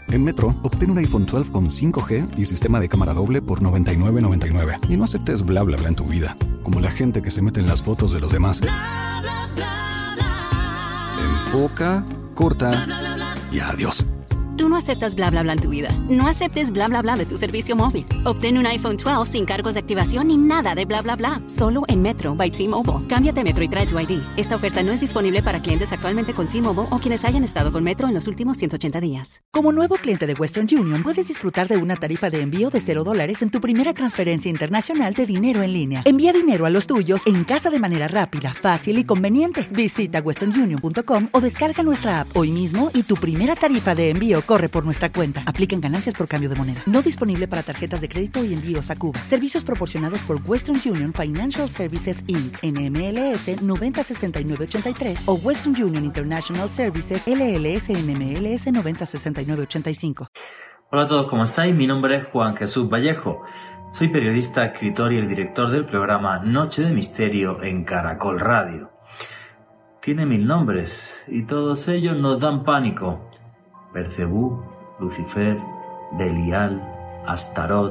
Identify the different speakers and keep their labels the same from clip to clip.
Speaker 1: En Metro, obtén un iPhone 12 con 5G y sistema de cámara doble por $99.99. Y no aceptes bla bla bla en tu vida, como la gente que se mete en las fotos de los demás.
Speaker 2: Bla, bla, bla, bla.
Speaker 1: Enfoca, corta y adiós.
Speaker 3: Tú no aceptas bla bla bla en tu vida. No aceptes bla bla bla de tu servicio móvil. Obtén un iPhone 12 sin cargos de activación ni nada de bla bla bla. Solo en Metro by T-Mobile. Cámbiate a Metro y trae tu ID. Esta oferta no es disponible para clientes actualmente con T-Mobile o quienes hayan estado con Metro en los últimos 180 días.
Speaker 4: Como nuevo cliente de Western Union, puedes disfrutar de una tarifa de envío de $0 en tu primera transferencia internacional de dinero en línea. Envía dinero a los tuyos en casa de manera rápida, fácil y conveniente. Visita westernunion.com o descarga nuestra app hoy mismo y tu primera tarifa de envío corre por nuestra cuenta. Aplican ganancias por cambio de moneda. No disponible para tarjetas de crédito y envíos a Cuba. Servicios proporcionados por Western Union Financial Services Inc. NMLS 906983 o Western Union International Services LLS NMLS 906985.
Speaker 5: Hola a todos, ¿cómo estáis? Mi nombre es Juan Jesús Vallejo. Soy periodista, escritor y el director del programa Noche de Misterio en Caracol Radio. Tiene 1000 nombres y todos ellos nos dan pánico. Belcebú, Lucifer, Belial, Astarot.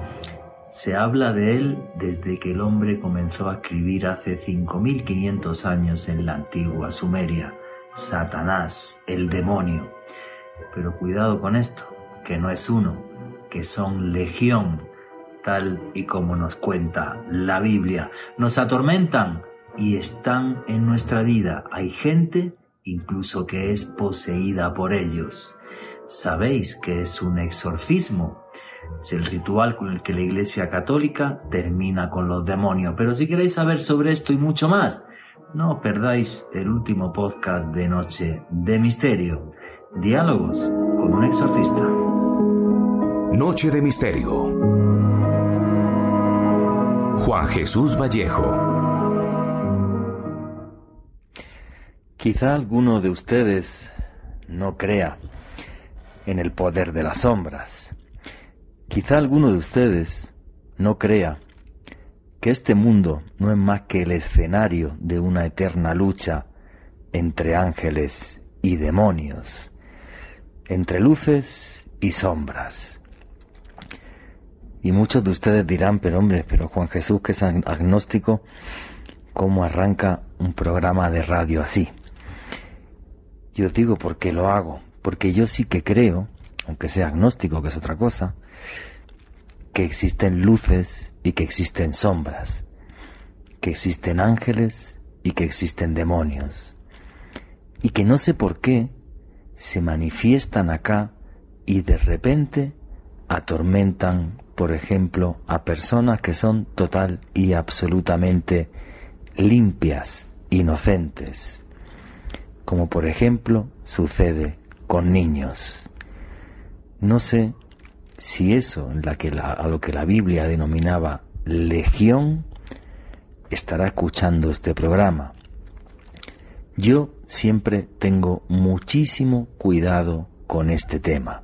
Speaker 5: Se habla de él desde que el hombre comenzó a escribir hace 5500 años en la antigua Sumeria. Satanás, el demonio. Pero cuidado con esto, que no es uno, que son legión, tal y como nos cuenta la Biblia. Nos atormentan y están en nuestra vida. Hay gente incluso que es poseída por ellos. ¿Sabéis qué es un exorcismo? Es el ritual con el que la Iglesia Católica termina con los demonios. Pero si queréis saber sobre esto y mucho más, no os perdáis el último podcast de Noche de Misterio. Diálogos con un exorcista.
Speaker 6: Noche de Misterio. Juan Jesús Vallejo.
Speaker 7: Quizá alguno de ustedes no crea en el poder de las sombras. Quizá alguno de ustedes no crea que este mundo no es más que el escenario de una eterna lucha entre ángeles y demonios, entre luces y sombras. Y muchos de ustedes dirán, pero Juan Jesús, que es agnóstico, ¿cómo arranca un programa de radio así? Yo os digo por qué lo hago, porque yo sí que creo, aunque sea agnóstico, que es otra cosa, que existen luces y que existen sombras, que existen ángeles y que existen demonios, y que no sé por qué se manifiestan acá y de repente atormentan, por ejemplo, a personas que son total y absolutamente limpias, inocentes, como por ejemplo sucede con niños. No sé si eso, a lo que la Biblia denominaba legión, estará escuchando este programa. Yo siempre tengo muchísimo cuidado con este tema,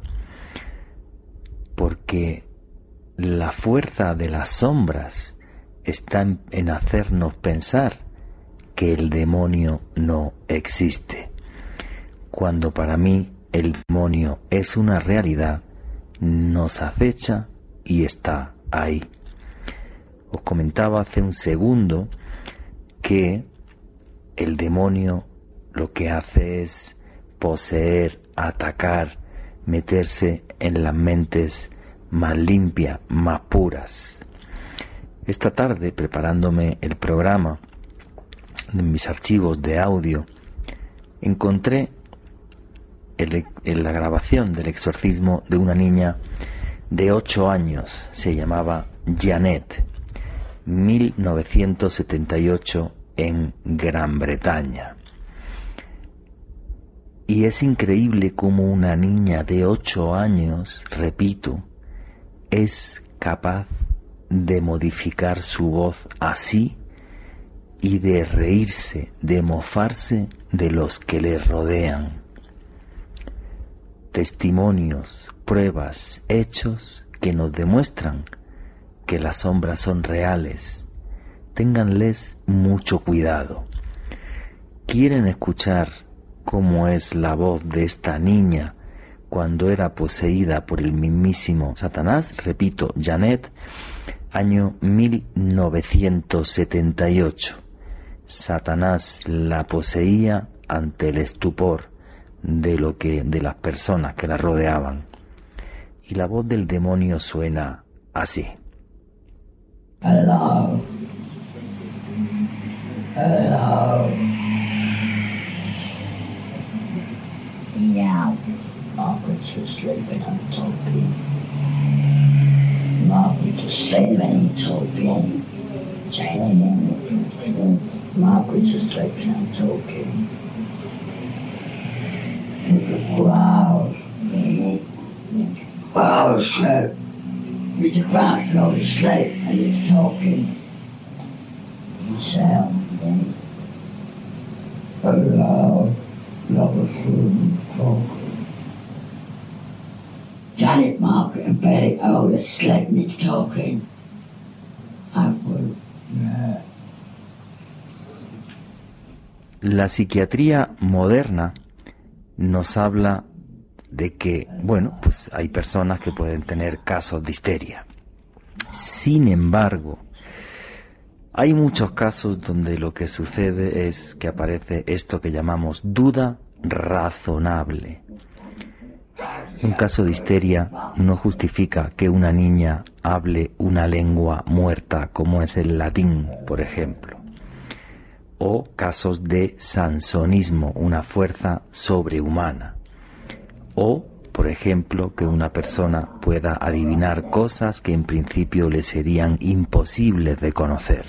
Speaker 7: porque la fuerza de las sombras está en hacernos pensar que el demonio no existe, cuando para mí el demonio es una realidad, nos acecha y está ahí. Os comentaba hace un segundo que el demonio lo que hace es poseer, atacar, meterse en las mentes más limpias, más puras. Esta tarde, preparándome el programa, en mis archivos de audio, encontré la grabación del exorcismo de una niña de 8 años. Se llamaba Janet, 1978 en Gran Bretaña. Y es increíble cómo una niña de 8 años, repito, es capaz de modificar su voz así y de reírse, de mofarse de los que le rodean. Testimonios, pruebas, hechos que nos demuestran que las sombras son reales. Ténganles mucho cuidado. ¿Quieren escuchar cómo es la voz de esta niña cuando era poseída por el mismísimo Satanás, repito, Janet, año 1978. Satanás la poseía ante el estupor de las personas que la rodeaban. Y la voz del demonio suena así.
Speaker 8: Hello. Hello. Meow. Margaret's asleep and I'm talking. Margaret's asleep and I'm talking. Margaret's asleep and I'm talking. Wow. Wow, asleep. Mr. Grant fell asleep and he's talking. Sound, then. Hello. Love talking. Janet, Margaret and Betty all asleep and it's talking. I will, yeah.
Speaker 7: La psiquiatría moderna nos habla de que, bueno, pues hay personas que pueden tener casos de histeria. Sin embargo, hay muchos casos donde lo que sucede es que aparece esto que llamamos duda razonable. Un caso de histeria no justifica que una niña hable una lengua muerta como es el latín, por ejemplo. O casos de sansonismo, una fuerza sobrehumana. O, por ejemplo, que una persona pueda adivinar cosas que en principio le serían imposibles de conocer.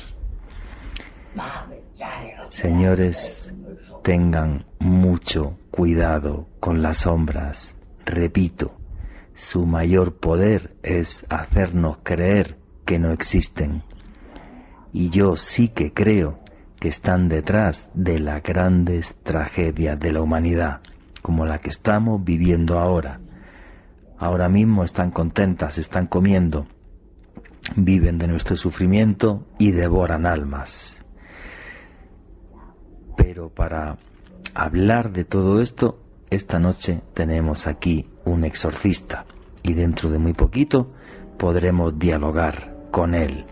Speaker 7: Señores, tengan mucho cuidado con las sombras. Repito, su mayor poder es hacernos creer que no existen. Y yo sí que creo que están detrás de las grandes tragedias de la humanidad, como la que estamos viviendo ahora. Ahora mismo están contentas, están comiendo, viven de nuestro sufrimiento y devoran almas. Pero para hablar de todo esto, esta noche tenemos aquí un exorcista y dentro de muy poquito podremos dialogar con él.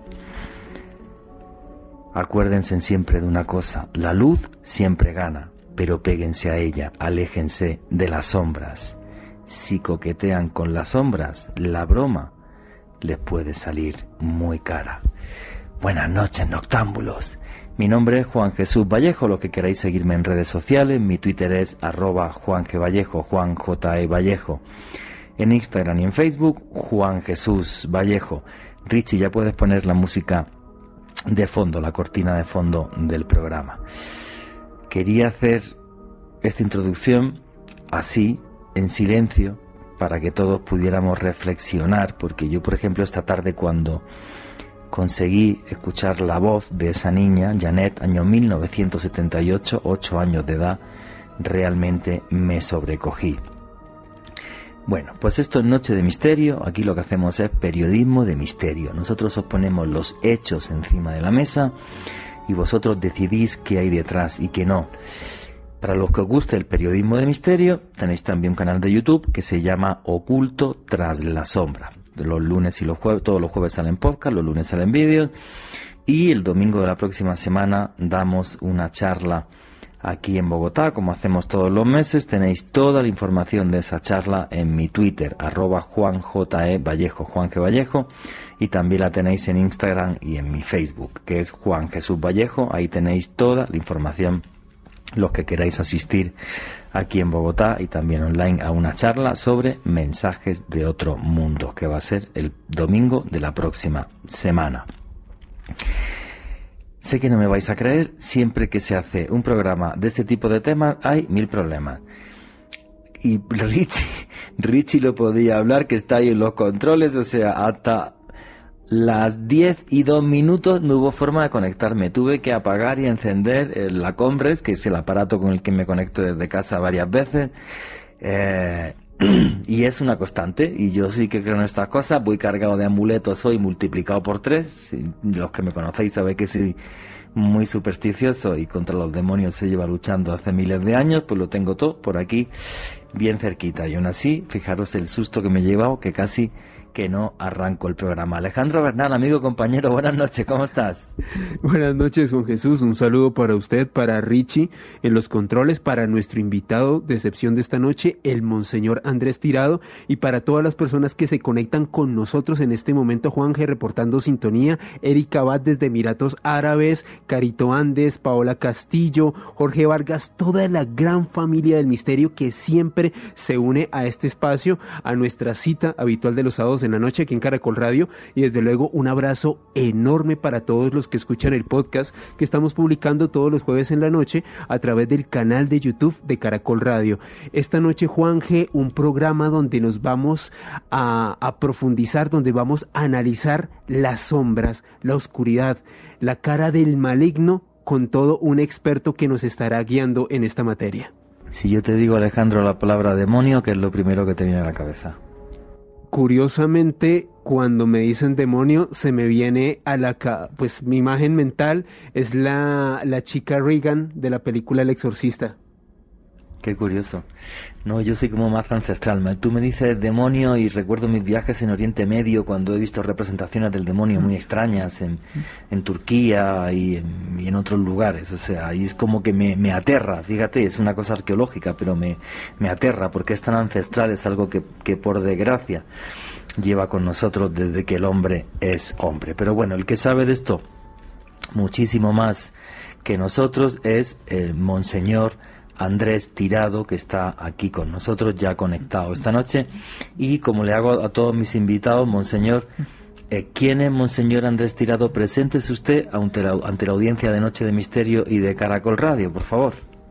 Speaker 7: Acuérdense siempre de una cosa, la luz siempre gana, pero péguense a ella, aléjense de las sombras. Si coquetean con las sombras, la broma les puede salir muy cara. Buenas noches, noctámbulos. Mi nombre es Juan Jesús Vallejo, los que queráis seguirme en redes sociales, mi Twitter es @JuanGVallejo, Juan J.E. Vallejo. En Instagram y en Facebook, Juan Jesús Vallejo. Richie, ya puedes poner la música de fondo, la cortina de fondo del programa. Quería hacer esta introducción así, en silencio, para que todos pudiéramos reflexionar, porque yo, por ejemplo, esta tarde cuando conseguí escuchar la voz de esa niña, Janet, año 1978, 8 años de edad, realmente me sobrecogí. Bueno, pues esto es Noche de Misterio. Aquí lo que hacemos es periodismo de misterio. Nosotros os ponemos los hechos encima de la mesa y vosotros decidís qué hay detrás y qué no. Para los que os guste el periodismo de misterio, tenéis también un canal de YouTube que se llama Oculto tras la sombra. Los lunes y los jueves, todos los jueves salen podcast, los lunes salen vídeos y el domingo de la próxima semana damos una charla aquí en Bogotá, como hacemos todos los meses. Tenéis toda la información de esa charla en mi Twitter, @JuanJeVallejo, Juan G. Vallejo, y también la tenéis en Instagram y en mi Facebook, que es Juan Jesús Vallejo. Ahí tenéis toda la información, los que queráis asistir aquí en Bogotá y también online a una charla sobre mensajes de otro mundo, que va a ser el domingo de la próxima semana. Sé que no me vais a creer, siempre que se hace un programa de este tipo de temas hay 1000 problemas. Y Richie lo podía hablar, que está ahí en los controles, o sea, hasta las 10:02 no hubo forma de conectarme. Tuve que apagar y encender la Comres, que es el aparato con el que me conecto desde casa varias veces. Y es una constante, y yo sí que creo en estas cosas. Voy cargado de amuletos hoy, multiplicado por 3. Si los que me conocéis sabéis que soy muy supersticioso y contra los demonios se lleva luchando hace miles de años, pues lo tengo todo por aquí bien cerquita. Y aún así, fijaros el susto que me he llevado, que casi que no arranco el programa. Alejandro Bernal, amigo, compañero, buenas noches, ¿cómo estás?
Speaker 9: Buenas noches, Juan Jesús, un saludo para usted, para Richie en los controles, para nuestro invitado de excepción de esta noche, el Monseñor Andrés Tirado, y para todas las personas que se conectan con nosotros en este momento, Juanje reportando sintonía, Erika Abad desde Emiratos Árabes, Carito Andes, Paola Castillo, Jorge Vargas, toda la gran familia del misterio que siempre se une a este espacio, a nuestra cita habitual de los sábados en la noche aquí en Caracol Radio, y desde luego un abrazo enorme para todos los que escuchan el podcast que estamos publicando todos los jueves en la noche a través del canal de YouTube de Caracol Radio. Esta noche, Juanje, un programa donde nos vamos a profundizar, donde vamos a analizar las sombras, la oscuridad, la cara del maligno, con todo un experto que nos estará guiando en esta materia.
Speaker 7: Si yo te digo, Alejandro, la palabra demonio, ¿qué es lo primero que te viene a la cabeza?
Speaker 9: Curiosamente, cuando me dicen demonio, se me viene a pues mi imagen mental es la chica Regan de la película El Exorcista.
Speaker 7: Qué curioso. No, yo soy como más ancestral. Tú me dices demonio y recuerdo mis viajes en Oriente Medio cuando he visto representaciones del demonio muy extrañas en Turquía y en otros lugares. O sea, ahí es como que me aterra. Fíjate, es una cosa arqueológica, pero me aterra porque es tan ancestral, es algo que por desgracia lleva con nosotros desde que el hombre es hombre. Pero bueno, el que sabe de esto muchísimo más que nosotros es el Monseñor Andrés Tirado, que está aquí con nosotros ya conectado esta noche. Y como le hago a todos mis invitados, Monseñor, ¿quién es Monseñor Andrés Tirado? Preséntese usted ante la audiencia de Noche de Misterio y de Caracol Radio, por favor.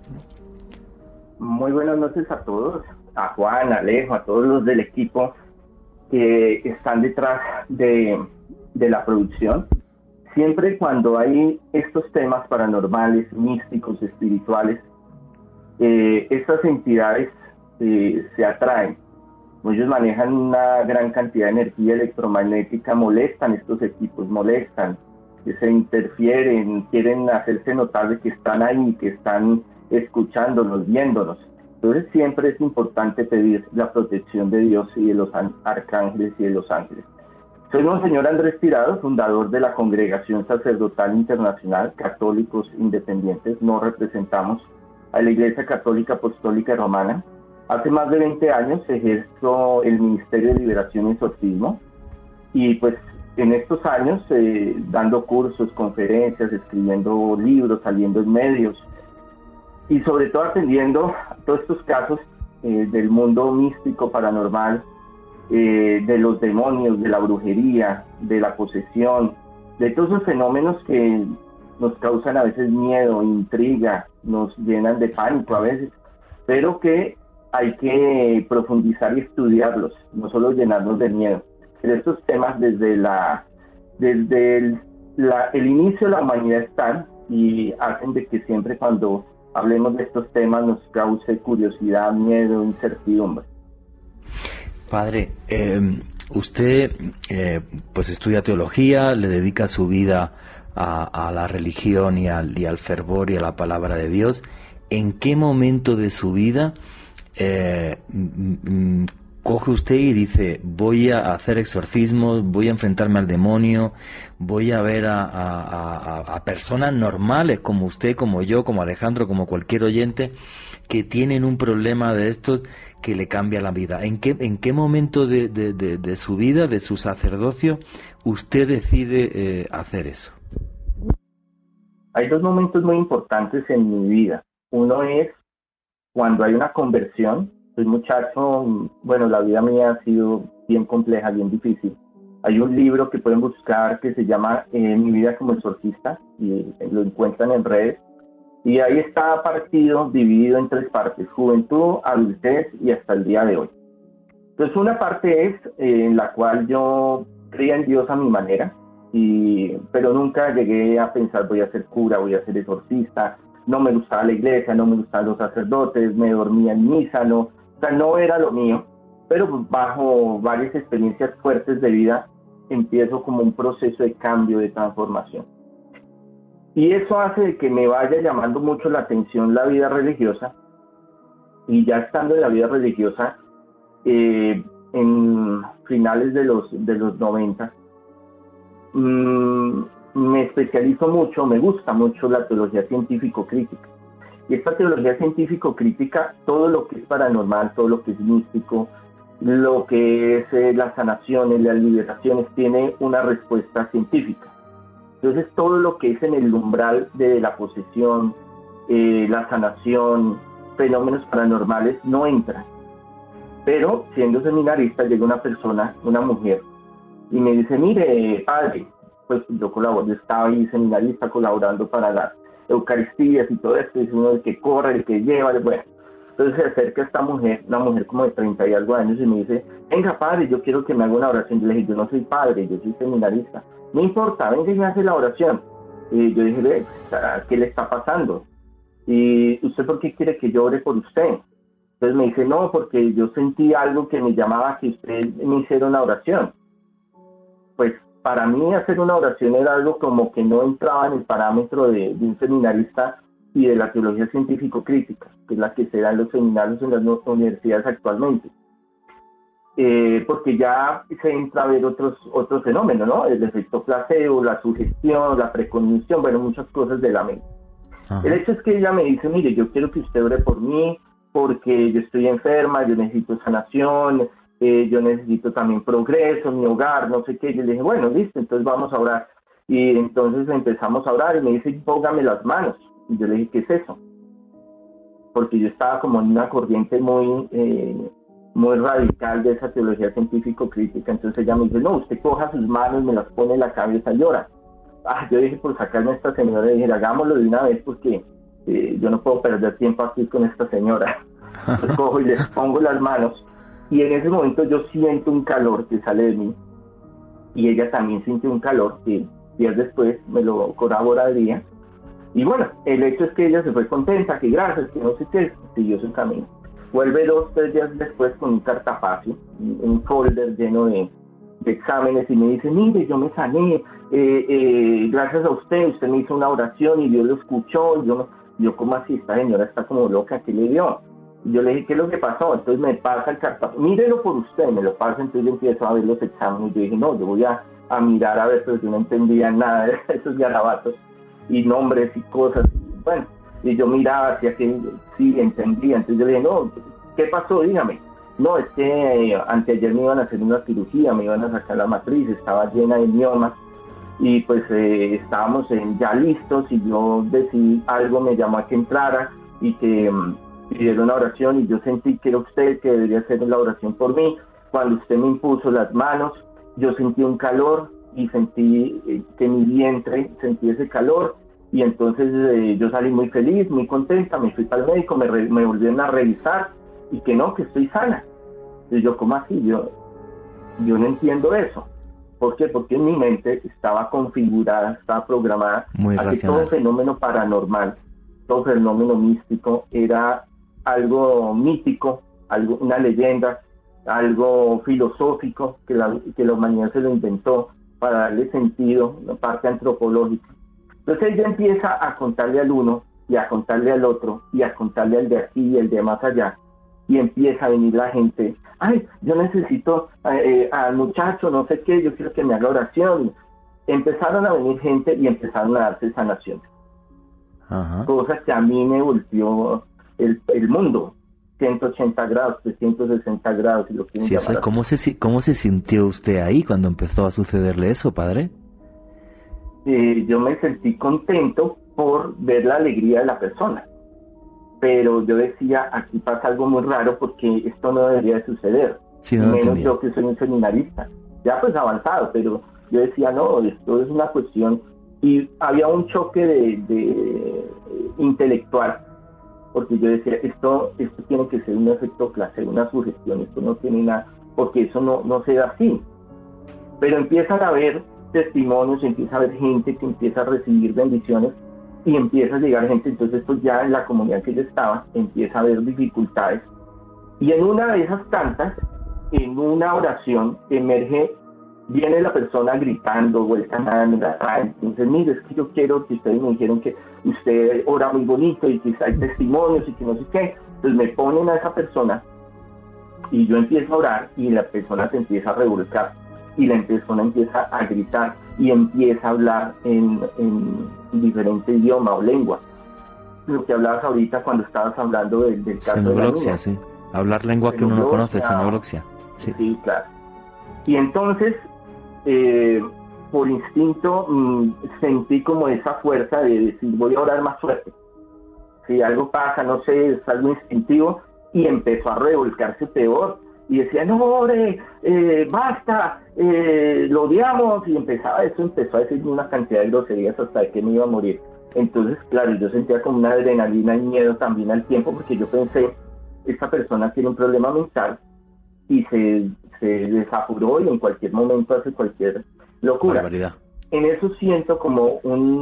Speaker 10: Muy buenas noches a todos, a Juan, a Alejo, a todos los del equipo que están detrás de la producción. Siempre cuando hay estos temas paranormales, místicos, espirituales, estas entidades se atraen. Ellos manejan una gran cantidad de energía electromagnética, molestan estos equipos, se interfieren, quieren hacerse notar de que están ahí, que están escuchándonos, viéndonos. Entonces siempre es importante pedir la protección de Dios y de los arcángeles y de los ángeles. Soy Monseñor Andrés Tirado, fundador de la Congregación Sacerdotal Internacional, católicos independientes, no representamos a la Iglesia Católica Apostólica Romana. Hace más de 20 años ejerzo el Ministerio de Liberación y Exorcismo, y pues en estos años dando cursos, conferencias, escribiendo libros, saliendo en medios, y sobre todo atendiendo todos estos casos del mundo místico, paranormal, de los demonios, de la brujería, de la posesión, de todos esos fenómenos que nos causan a veces miedo, intriga, nos llenan de pánico a veces, pero que hay que profundizar y estudiarlos, no solo llenarnos de miedo. Pero estos temas desde el inicio de la humanidad están y hacen de que siempre cuando hablemos de estos temas nos cause curiosidad, miedo, incertidumbre.
Speaker 7: Padre, usted pues estudia teología, le dedica su vida a la religión y al fervor y a la palabra de Dios. ¿En qué momento de su vida coge usted y dice, voy a hacer exorcismos, voy a enfrentarme al demonio, voy a ver a personas normales como usted, como yo, como Alejandro, como cualquier oyente, que tienen un problema de estos que le cambia la vida? ¿En qué momento de su vida, de su sacerdocio, usted decide hacer eso?
Speaker 10: Hay dos momentos muy importantes en mi vida. Uno es cuando hay una conversión. Soy muchacho, bueno, la vida mía ha sido bien compleja, bien difícil. Hay un libro que pueden buscar que se llama Mi vida como exorcista, y lo encuentran en redes. Y ahí está partido, dividido en tres partes: juventud, adultez y hasta el día de hoy. Entonces una parte es en la cual yo creía en Dios a mi manera, pero nunca llegué a pensar voy a ser cura, voy a ser exorcista. No me gustaba la iglesia, no me gustaban los sacerdotes, me dormía en misa, no era lo mío. Pero bajo varias experiencias fuertes de vida empiezo como un proceso de cambio, de transformación. Y eso hace que me vaya llamando mucho la atención la vida religiosa. Y ya estando en la vida religiosa, en finales de los 90, me especializo mucho, me gusta mucho la teología científico-crítica. Y esta teología científico-crítica, todo lo que es paranormal, todo lo que es místico, lo que es las sanaciones, las liberaciones, tiene una respuesta científica. Entonces todo lo que es en el umbral de la posesión, la sanación, fenómenos paranormales no entra. Pero siendo seminarista llega una persona, una mujer, y me dice, mire, padre, pues yo estaba ahí seminarista colaborando para las Eucaristías y todo esto, es uno el que corre, el que lleva, bueno. Entonces se acerca esta mujer, una mujer como de 30 y algo años, y me dice, venga padre, yo quiero que me haga una oración. Yo le dije, yo no soy padre, yo soy seminarista. No importa, venga y me hace la oración. Y yo dije, ¿qué le está pasando? ¿Y usted por qué quiere que yo ore por usted? Entonces me dice, no, porque yo sentí algo que me llamaba a que usted me hiciera una oración. Pues para mí hacer una oración era algo como que no entraba en el parámetro de un seminarista y de la teología científico-crítica, que es la que se da en los seminarios en las universidades actualmente. Porque ya se entra a ver otros fenómenos, ¿no? El efecto placebo, la sugestión, la precognición, bueno, muchas cosas de la mente. Ajá. El hecho es que ella me dice, mire, yo quiero que usted ore por mí, porque yo estoy enferma, yo necesito sanación, yo necesito también progreso en mi hogar, no sé qué. Yo le dije, bueno, listo, entonces vamos a orar. Y entonces empezamos a orar y me dice, póngame las manos. Y yo le dije, ¿qué es eso? Porque yo estaba como en una corriente muy radical de esa teología científico-crítica. Entonces ella me dice, no, usted coja sus manos, me las pone en la cabeza y llora. Yo dije, por sacarme a esta señora, dije, hagámoslo de una vez porque yo no puedo perder tiempo aquí con esta señora. Entonces cojo y les pongo las manos. Y en ese momento yo siento un calor que sale de mí. Y ella también sintió un calor que días después me lo corroboraría. Y bueno, el hecho es que ella se fue contenta, que gracias, que no sé qué, siguió su camino. Vuelve 2-3 días después con un cartapacio, un folder lleno de exámenes, y me dice, mire, yo me sané, gracias a usted me hizo una oración y Dios lo escuchó. Yo ¿cómo así? Esta señora está como loca, ¿qué le dio? Y yo le dije, ¿qué es lo que pasó? Entonces me pasa el cartapacio, mírelo por usted, me lo pasa. Entonces yo empiezo a ver los exámenes. Yo dije, no, yo voy a mirar a ver, pero yo no entendía nada de esos garabatos y nombres y cosas. Bueno, y yo miraba hacia que sí entendía. Entonces yo le dije, no, ¿qué pasó? Dígame. No, es que anteayer me iban a hacer una cirugía, me iban a sacar la matriz, estaba llena de miomas, y pues estábamos ya listos, y yo decidí, algo me llamó a que entrara y que pidiera una oración, y yo sentí que era usted que debería hacer la oración por mí. Cuando usted me impuso las manos, yo sentí un calor y sentí que mi vientre sentí ese calor, y entonces yo salí muy feliz, muy contenta, me fui para el médico, me volvieron a revisar y que no, que estoy sana. Y yo, ¿cómo así? Yo no entiendo eso. ¿Por qué? Porque en mi mente estaba configurada, estaba programada a que todo fenómeno paranormal, todo fenómeno místico era algo mítico, una leyenda, algo filosófico, que la humanidad se lo inventó para darle sentido, una parte antropológica. Entonces ella empieza a contarle al uno, y a contarle al otro, y a contarle al de aquí y el de más allá, y empieza a venir la gente, ay, yo necesito al muchacho, no sé qué, yo quiero que me haga oración. Empezaron a venir gente y empezaron a darse sanaciones. Ajá. Cosas que a mí me volvió el mundo, 180 grados, 360 grados, si lo quieren llamar.
Speaker 7: ¿Cómo se sintió usted ahí cuando empezó a sucederle eso, padre?
Speaker 10: Yo me sentí contento por ver la alegría de la persona, pero yo decía, aquí pasa algo muy raro porque esto no debería de suceder, sí, no menos yo que soy un seminarista, ya pues avanzado, pero yo decía, no, esto es una cuestión, y había un choque de intelectual, porque yo decía, esto tiene que ser un efecto placebo, una sugestión, esto no tiene nada, porque eso no se da así. Pero empiezan a haber testimonios, empieza a haber gente que empieza a recibir bendiciones, y empieza a llegar gente. Entonces pues ya en la comunidad que yo estaba empieza a haber dificultades, y en una de esas tantas, en una oración viene la persona gritando, vuelta nada, me la trae. Entonces, mire, es que yo quiero que ustedes me dijeron que usted ora muy bonito y que hay testimonios y que no sé qué, Entonces me ponen a esa persona y yo empiezo a orar y la persona se empieza a revolcar y la persona empieza a gritar y empieza a hablar en diferente idioma o lengua. Lo que hablabas ahorita cuando estabas hablando del caso de la niña.
Speaker 7: Sí. Hablar lengua que uno no conoce, xenogloxia.
Speaker 10: Sí, claro. Y entonces, por instinto, sentí como esa fuerza de decir, voy a orar más fuerte. Si algo pasa, no sé, es algo instintivo, y empezó a revolcarse peor. Y decía, no, ore, basta, lo odiamos. Y empezó a decirme una cantidad de groserías hasta que me iba a morir. Entonces, claro, yo sentía como una adrenalina y miedo también al tiempo, porque yo pensé, esta persona tiene un problema mental y se desapuró y en cualquier momento hace cualquier locura.
Speaker 7: Barbaridad.
Speaker 10: En eso siento como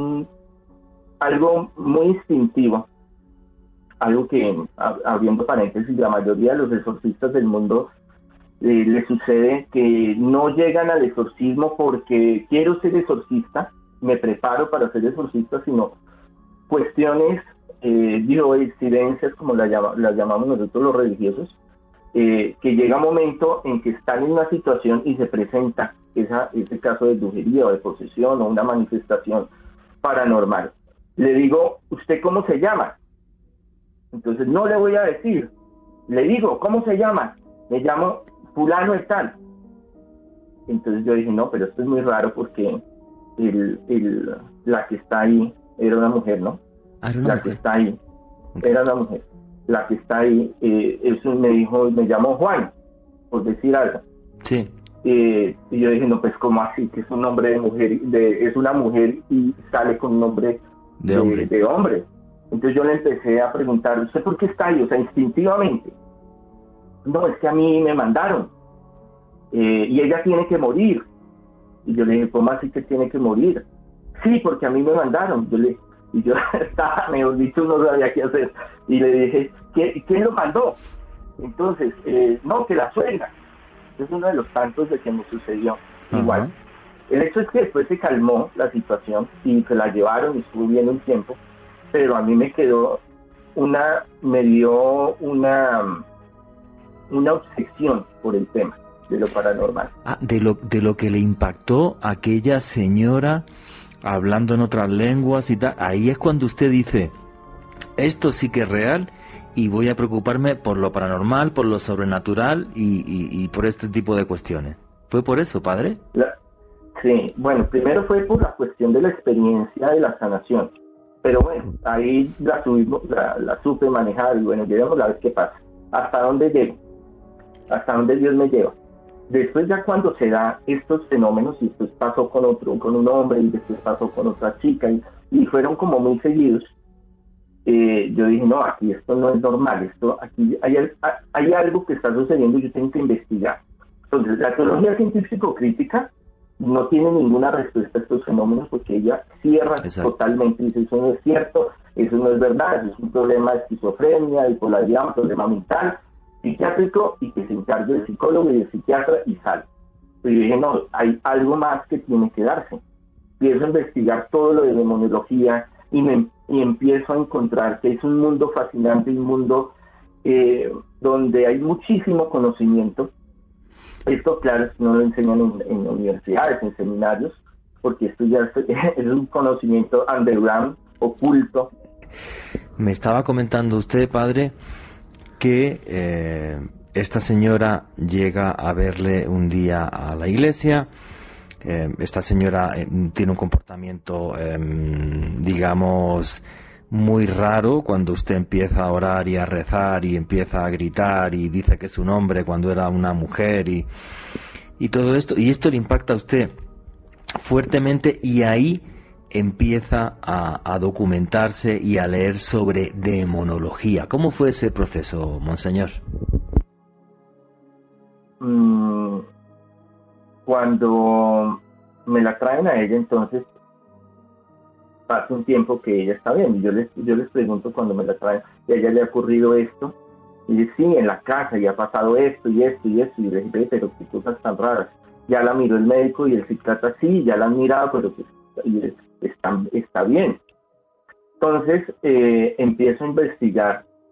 Speaker 10: algo muy instintivo, algo que, abriendo paréntesis, la mayoría de los exorcistas del mundo les sucede que no llegan al exorcismo porque quiero ser exorcista, me preparo para ser exorcista, sino cuestiones bioincidencias, como las llamamos nosotros los religiosos, que llega un momento en que están en una situación y se presenta ese caso de brujería o de posesión o una manifestación paranormal. Le digo, ¿usted cómo se llama? Entonces no le voy a decir. Le digo, ¿cómo se llama? Me llamo fulano de tal. Entonces yo dije, no, pero esto es muy raro porque la que está ahí era una mujer, ¿no? Que está ahí era una mujer. La que está ahí, eso me dijo, me llamó Juan, por decir algo.
Speaker 7: Sí.
Speaker 10: Y yo dije, no, pues ¿cómo así? Que es un nombre de mujer, es una mujer y sale con un nombre de hombre. Entonces yo le empecé a preguntar, ¿usted por qué está ahí? O sea, instintivamente. No, es que a mí me mandaron. Y ella tiene que morir. Y yo le dije, ¿cómo así que tiene que morir? Sí, porque a mí me mandaron. Y yo estaba, mejor dicho, no sabía qué hacer. Y le dije, ¿quién lo mandó? Entonces, no, que la suegra. Es uno de los tantos de que me sucedió. Igual. El hecho es que después se calmó la situación y se la llevaron y estuvo bien un tiempo, pero a mí me quedó me dio una obsesión por el tema de lo paranormal.
Speaker 7: De lo que le impactó a aquella señora hablando en otras lenguas y tal. Ahí es cuando usted dice, esto sí que es real y voy a preocuparme por lo paranormal, por lo sobrenatural y por este tipo de cuestiones. ¿Fue por eso, padre?
Speaker 10: Sí, bueno, primero fue por la cuestión de la experiencia de la sanación. Pero bueno, ahí la supe manejar y bueno, llegamos a ver qué pasa. ¿Hasta dónde llego? ¿Hasta dónde Dios me lleva? Después ya cuando se da estos fenómenos y después pasó con un hombre y después pasó con otra chica y fueron como muy seguidos, yo dije, no, aquí esto no es normal, aquí hay algo que está sucediendo y yo tengo que investigar. Entonces, la teología científico-crítica no tiene ninguna respuesta a estos fenómenos porque ella cierra totalmente y dice, eso no es cierto, eso no es verdad, eso es un problema de esquizofrenia, bipolaridad, un problema mental, psiquiátrico, y que se encargue del psicólogo y del psiquiatra y sale. Pero yo dije, no, hay algo más que tiene que darse. Empiezo a investigar todo lo de demonología y empiezo a encontrar que es un mundo fascinante, un mundo donde hay muchísimo conocimiento. Esto, claro, no lo enseñan en universidades, en seminarios, porque esto ya es un conocimiento underground, oculto.
Speaker 7: Me estaba comentando usted, padre, que esta señora llega a verle un día a la iglesia. Esta señora tiene un comportamiento, digamos, muy raro cuando usted empieza a orar y a rezar y empieza a gritar y dice que es un hombre cuando era una mujer y todo esto. Y esto le impacta a usted fuertemente y ahí empieza a documentarse y a leer sobre demonología. ¿Cómo fue ese proceso, monseñor?
Speaker 10: Cuando me la traen a ella, entonces pasa un tiempo que ella está bien. Yo les pregunto cuando me la traen, ¿y a ella le ha ocurrido esto? Y dice, sí, en la casa, y ha pasado esto y esto y esto. Y le dije, pero qué cosas tan raras. Ya la miró el médico y el psiquiatra, sí, ya la han mirado, pero pues está bien. Entonces empiezo a investigar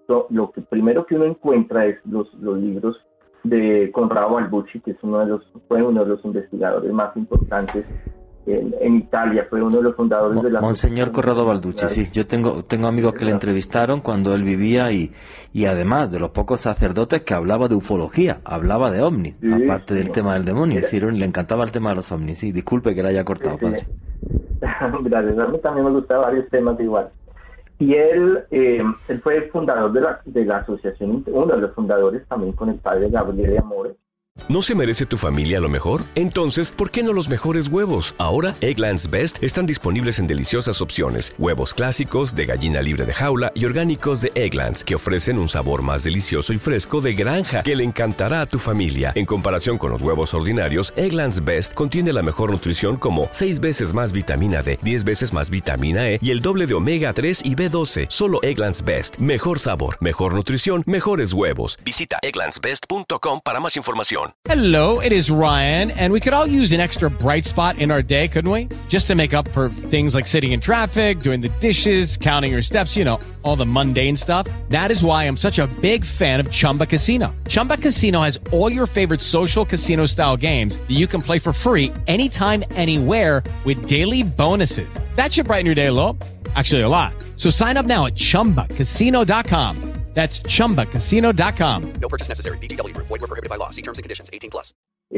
Speaker 10: lo que primero que uno encuentra es los libros de Corrado Balducci, que es fue uno de los investigadores más importantes en Italia, fue uno de los fundadores de la...
Speaker 7: Monseñor Corrado Balducci, sí. Yo tengo amigos que le entrevistaron cuando él vivía y además de los pocos sacerdotes que hablaba de ufología, hablaba de ovnis, sí, aparte del tema del demonio. Sí, le encantaba el tema de los ovnis, sí. Disculpe que le haya cortado, padre.
Speaker 10: Gracias, a mí también me gustaban varios temas igual. Y él fue fundador de la asociación, uno de los fundadores también con el padre Gabriele Amore.
Speaker 11: ¿No se merece tu familia lo mejor? Entonces, ¿por qué no los mejores huevos? Ahora, Eggland's Best están disponibles en deliciosas opciones. Huevos clásicos, de gallina libre de jaula y orgánicos de Eggland's, que ofrecen un sabor más delicioso y fresco de granja que le encantará a tu familia. En comparación con los huevos ordinarios, Eggland's Best contiene la mejor nutrición como 6 veces más vitamina D, 10 veces más vitamina E y el doble de omega 3 y B12. Solo Eggland's Best. Mejor sabor, mejor nutrición, mejores huevos. Visita egglandsbest.com para más información.
Speaker 12: Hello, it is Ryan, and we could all use an extra bright spot in our day, couldn't we? Just to make up for things like sitting in traffic, doing the dishes, counting your steps, you know, all the mundane stuff. That is why I'm such a big fan of Chumba Casino. Chumba Casino has all your favorite social casino-style games that you can play for free anytime, anywhere with daily bonuses. That should brighten your day a little. Actually, a lot. So sign up now at ChumbaCasino.com. That's ChumbaCasino.com.
Speaker 11: No purchase necessary. VGW Group. Void where prohibited by law. See terms and conditions. 18+.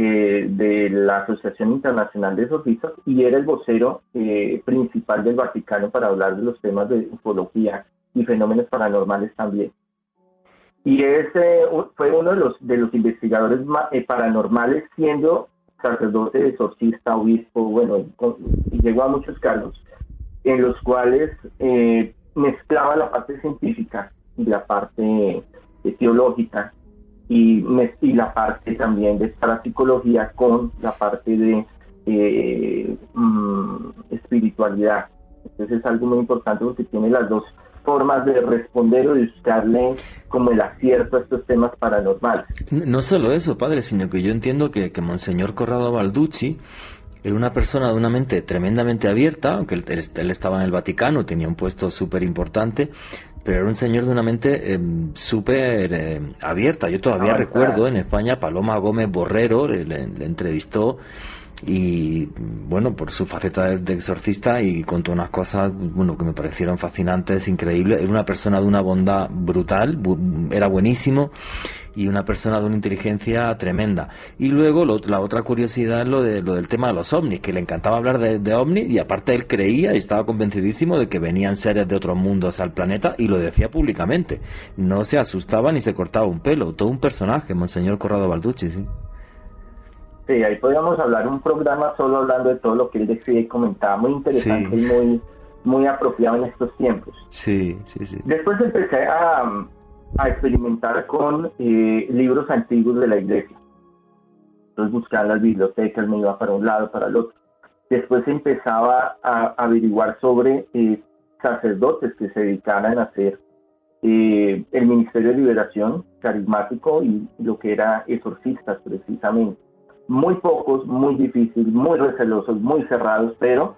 Speaker 10: De la Asociación Internacional de Exorcistas, y era el vocero principal del Vaticano para hablar de los temas de ufología y fenómenos paranormales también. Y fue uno de los investigadores paranormales, siendo sacerdote, exorcista, obispo, bueno, y llegó a muchos cargos, en los cuales mezclaba la parte científica y la parte teológica y la parte también de parapsicología con la parte de espiritualidad. Entonces es algo muy importante porque tiene las dos formas de responder o de buscarle como el acierto a estos temas paranormales.
Speaker 7: No solo eso, padre, sino que yo entiendo que Monseñor Corrado Balducci era una persona de una mente tremendamente abierta, aunque él estaba en el Vaticano, tenía un puesto súper importante, pero era un señor de una mente súper abierta. Yo todavía recuerdo en España, Paloma Gómez Borrero le entrevistó y, bueno, por su faceta de exorcista, y contó unas cosas, bueno, que me parecieron fascinantes, increíbles. Era una persona de una bondad brutal, era buenísimo, y una persona de una inteligencia tremenda. Y luego la otra curiosidad es lo del tema de los ovnis, que le encantaba hablar de ovnis, y aparte él creía y estaba convencidísimo de que venían seres de otros mundos al planeta, y lo decía públicamente. No se asustaba ni se cortaba un pelo. Todo un personaje, Monseñor Corrado Balducci, sí.
Speaker 10: Sí, ahí podríamos hablar un programa solo hablando de todo lo que él decía y comentaba, muy interesante, sí, y muy apropiado en estos tiempos.
Speaker 7: Sí, sí, sí.
Speaker 10: Después empecé a experimentar con libros antiguos de la iglesia. Entonces buscaba en las bibliotecas, me iba para un lado, para el otro. Después empezaba a averiguar sobre sacerdotes que se dedicaran a hacer el Ministerio de Liberación carismático y lo que era exorcistas precisamente. Muy pocos, muy difíciles, muy recelosos, muy cerrados, pero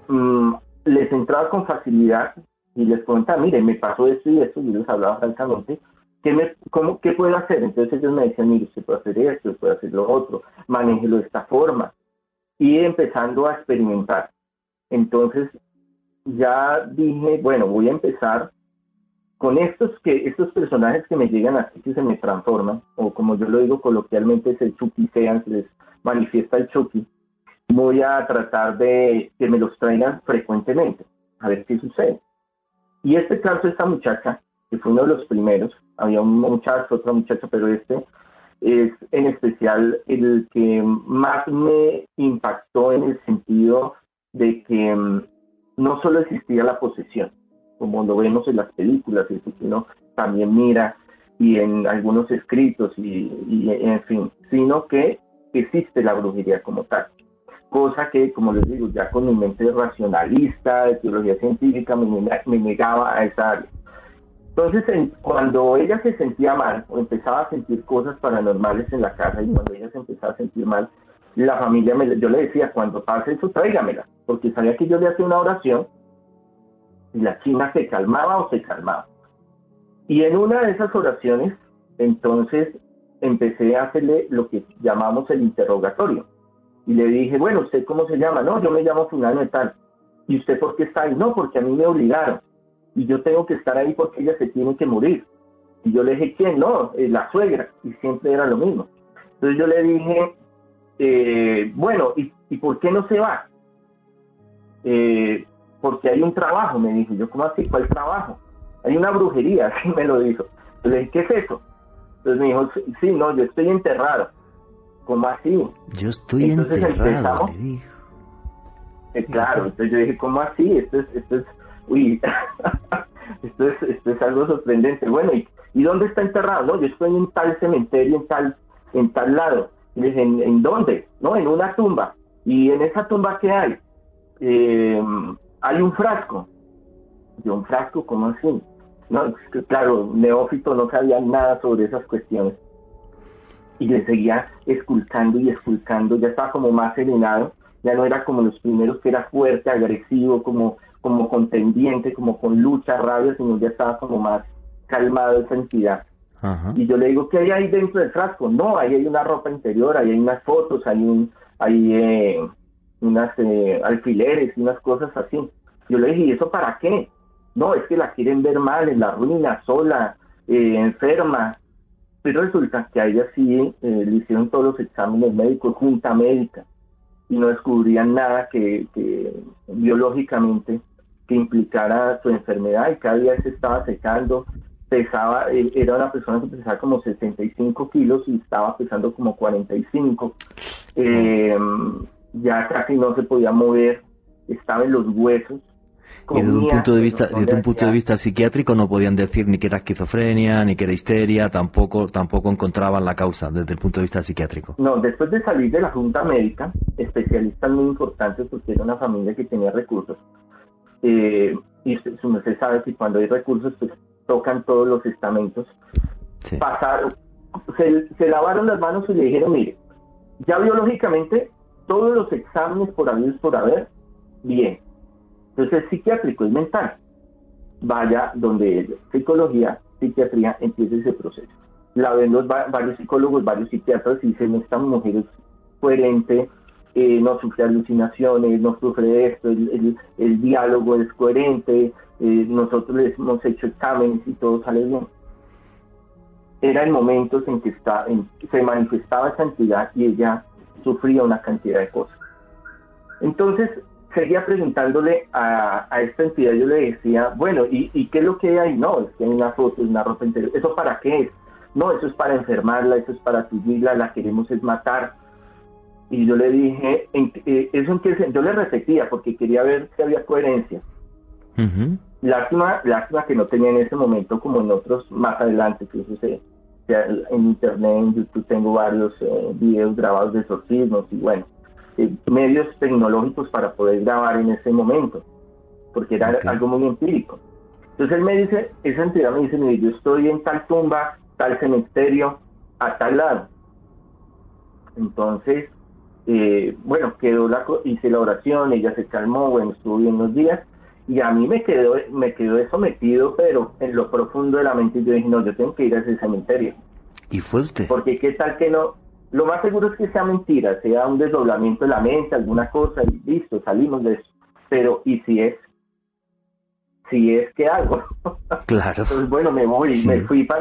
Speaker 10: les entraba con facilidad y les comentaba, mire, me pasó esto y esto, y yo les hablaba francamente, ¿qué puedo hacer? Entonces ellos me decían, mire, usted puede hacer esto, puede hacer lo otro, manéjelo de esta forma, y empezando a experimentar. Entonces ya dije, bueno, voy a empezar con estos personajes que me llegan así, que se me transforman, o como yo lo digo coloquialmente, se chuquisean, se les manifiesta el chuqui. Voy a tratar de que me los traigan frecuentemente, a ver qué sucede. Y este caso, esta muchacha, que fue uno de los primeros, había un muchacho, otra muchacha, pero este es en especial el que más me impactó en el sentido de que no solo existía la posesión, como lo vemos en las películas, eso que uno también mira, y en algunos escritos, y en fin, sino que existe la brujería como tal. Cosa que, como les digo, ya con mi mente racionalista, de teología científica, me negaba a esa área. Entonces, cuando ella se sentía mal, o empezaba a sentir cosas paranormales en la casa, y cuando ella se empezaba a sentir mal, la familia, yo le decía, cuando pase eso, tráigamela, porque sabía que yo le hacía una oración, y la china se calmaba o se calmaba. Y en una de esas oraciones, entonces, empecé a hacerle lo que llamamos el interrogatorio. Y le dije, bueno, ¿usted cómo se llama? No, yo me llamo fulano de tal. ¿Y usted por qué está ahí? No, porque a mí me obligaron. Y yo tengo que estar ahí porque ella se tiene que morir. Y yo le dije, ¿quién? No, la suegra. Y siempre era lo mismo. Entonces yo le dije, bueno, ¿y por qué no se va? Porque hay un trabajo, me dijo. Yo, ¿cómo así? ¿Cuál trabajo? Hay una brujería, así me lo dijo. Yo le dije, ¿qué es eso? Entonces me dijo, sí, no, yo estoy enterrado. ¿Cómo así?
Speaker 7: Yo estoy
Speaker 10: entonces
Speaker 7: enterrado, le dijo.
Speaker 10: Claro, entonces yo dije, ¿cómo así? Esto es, uy, esto es algo sorprendente. Bueno, ¿y dónde está enterrado? No, yo estoy en tal cementerio, en tal lado. Y le dije, ¿en dónde? No, en una tumba. ¿Y en esa tumba qué hay? Hay un frasco. Yo, ¿un frasco? ¿Cómo así? No, claro, neófito, no sabía nada sobre esas cuestiones. Y le seguía esculcando y esculcando, ya estaba como más serenado, ya no era como los primeros que era fuerte, agresivo, como contendiente, como con lucha, rabia, sino ya estaba como más calmado esa entidad.
Speaker 7: Ajá.
Speaker 10: Y yo le digo, ¿qué hay ahí dentro del frasco? No, ahí hay una ropa interior, ahí hay unas fotos, hay unas alfileres y unas cosas así. Yo le dije, ¿y eso para qué? No, es que la quieren ver mal, en la ruina, sola, enferma. Pero resulta que a ella sí le hicieron todos los exámenes médicos, junta médica, y no descubrían nada que biológicamente que implicara su enfermedad, y cada día se estaba secando, pesaba, era una persona que pesaba como 65 kilos y estaba pesando como 45, ya casi no se podía mover, estaba en los huesos.
Speaker 7: Y desde un punto de vista psiquiátrico no podían decir ni que era esquizofrenia, ni que era histeria, tampoco encontraban la causa desde el punto de vista psiquiátrico.
Speaker 10: No, después de salir de la junta médica, especialistas muy importantes porque era una familia que tenía recursos, y usted sabe que cuando hay recursos pues tocan todos los estamentos, sí. Pasaron, se lavaron las manos y le dijeron, mire, ya biológicamente todos los exámenes por haber, bien. Entonces es psiquiátrico, es mental. Vaya donde psicología, psiquiatría, empiece ese proceso. La ven varios psicólogos, varios psiquiatras y dicen, esta mujer es coherente, no sufre alucinaciones, no sufre esto, el diálogo es coherente, nosotros les hemos hecho exámenes y todo sale bien. Eran momentos en que se manifestaba esa entidad y ella sufría una cantidad de cosas. Entonces, seguía preguntándole a esta entidad, yo le decía, bueno, ¿y qué es lo que hay ahí? No, es que hay una foto, una ropa interior. ¿Eso para qué es? No, eso es para enfermarla, eso es para tullirla, la queremos es matar. Y yo le dije, ¿eso en qué? Yo le repetía porque quería ver si había coherencia. Uh-huh. Lástima que no tenía en ese momento como en otros más adelante, que eso en internet, en YouTube tengo varios videos grabados de exorcismos y bueno, medios tecnológicos para poder grabar en ese momento, porque era algo muy empírico. Entonces él me dice, esa entidad me dice, mire, yo estoy en tal tumba, tal cementerio, a tal lado. Entonces, bueno, hice la oración, ella se calmó, bueno, estuvo bien unos días, y a mí me quedó eso metido, pero en lo profundo de la mente yo dije, no, yo tengo que ir a ese cementerio.
Speaker 7: ¿Y fue usted?
Speaker 10: Porque qué tal que no. Lo más seguro es que sea mentira, sea un desdoblamiento de la mente, alguna cosa, y listo, salimos de eso. Pero, ¿y si es? ¿Qué hago?
Speaker 7: Claro.
Speaker 10: Entonces, bueno, me voy, sí.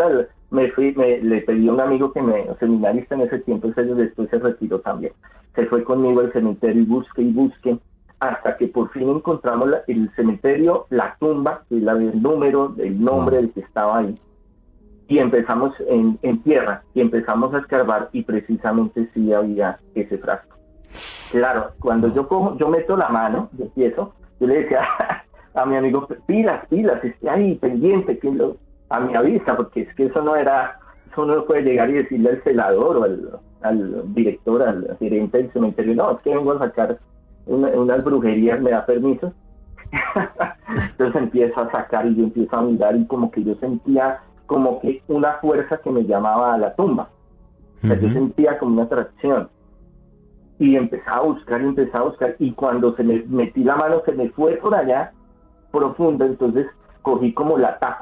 Speaker 10: Le pedí a un amigo seminarista en ese tiempo, ese año después se retiró también. Se fue conmigo al cementerio y busqué, hasta que por fin encontramos el cementerio, la tumba, el número, el nombre del que estaba ahí. Y empezamos en tierra, y empezamos a escarbar, y precisamente sí había ese frasco. Claro, cuando yo meto la mano, yo le decía a mi amigo, pilas, esté ahí pendiente, a mi avisa, porque es que eso no puede llegar y decirle al celador o al director, al gerente del cementerio, no, es que vengo a sacar unas brujerías, ¿me da permiso? Entonces empiezo a sacar y yo empiezo a mirar y como que yo sentía como que una fuerza que me llamaba a la tumba. O sea, yo sentía como una atracción. Y empezaba a buscar, y cuando se me metí la mano, se me fue por allá, profundo, entonces cogí como la tapa,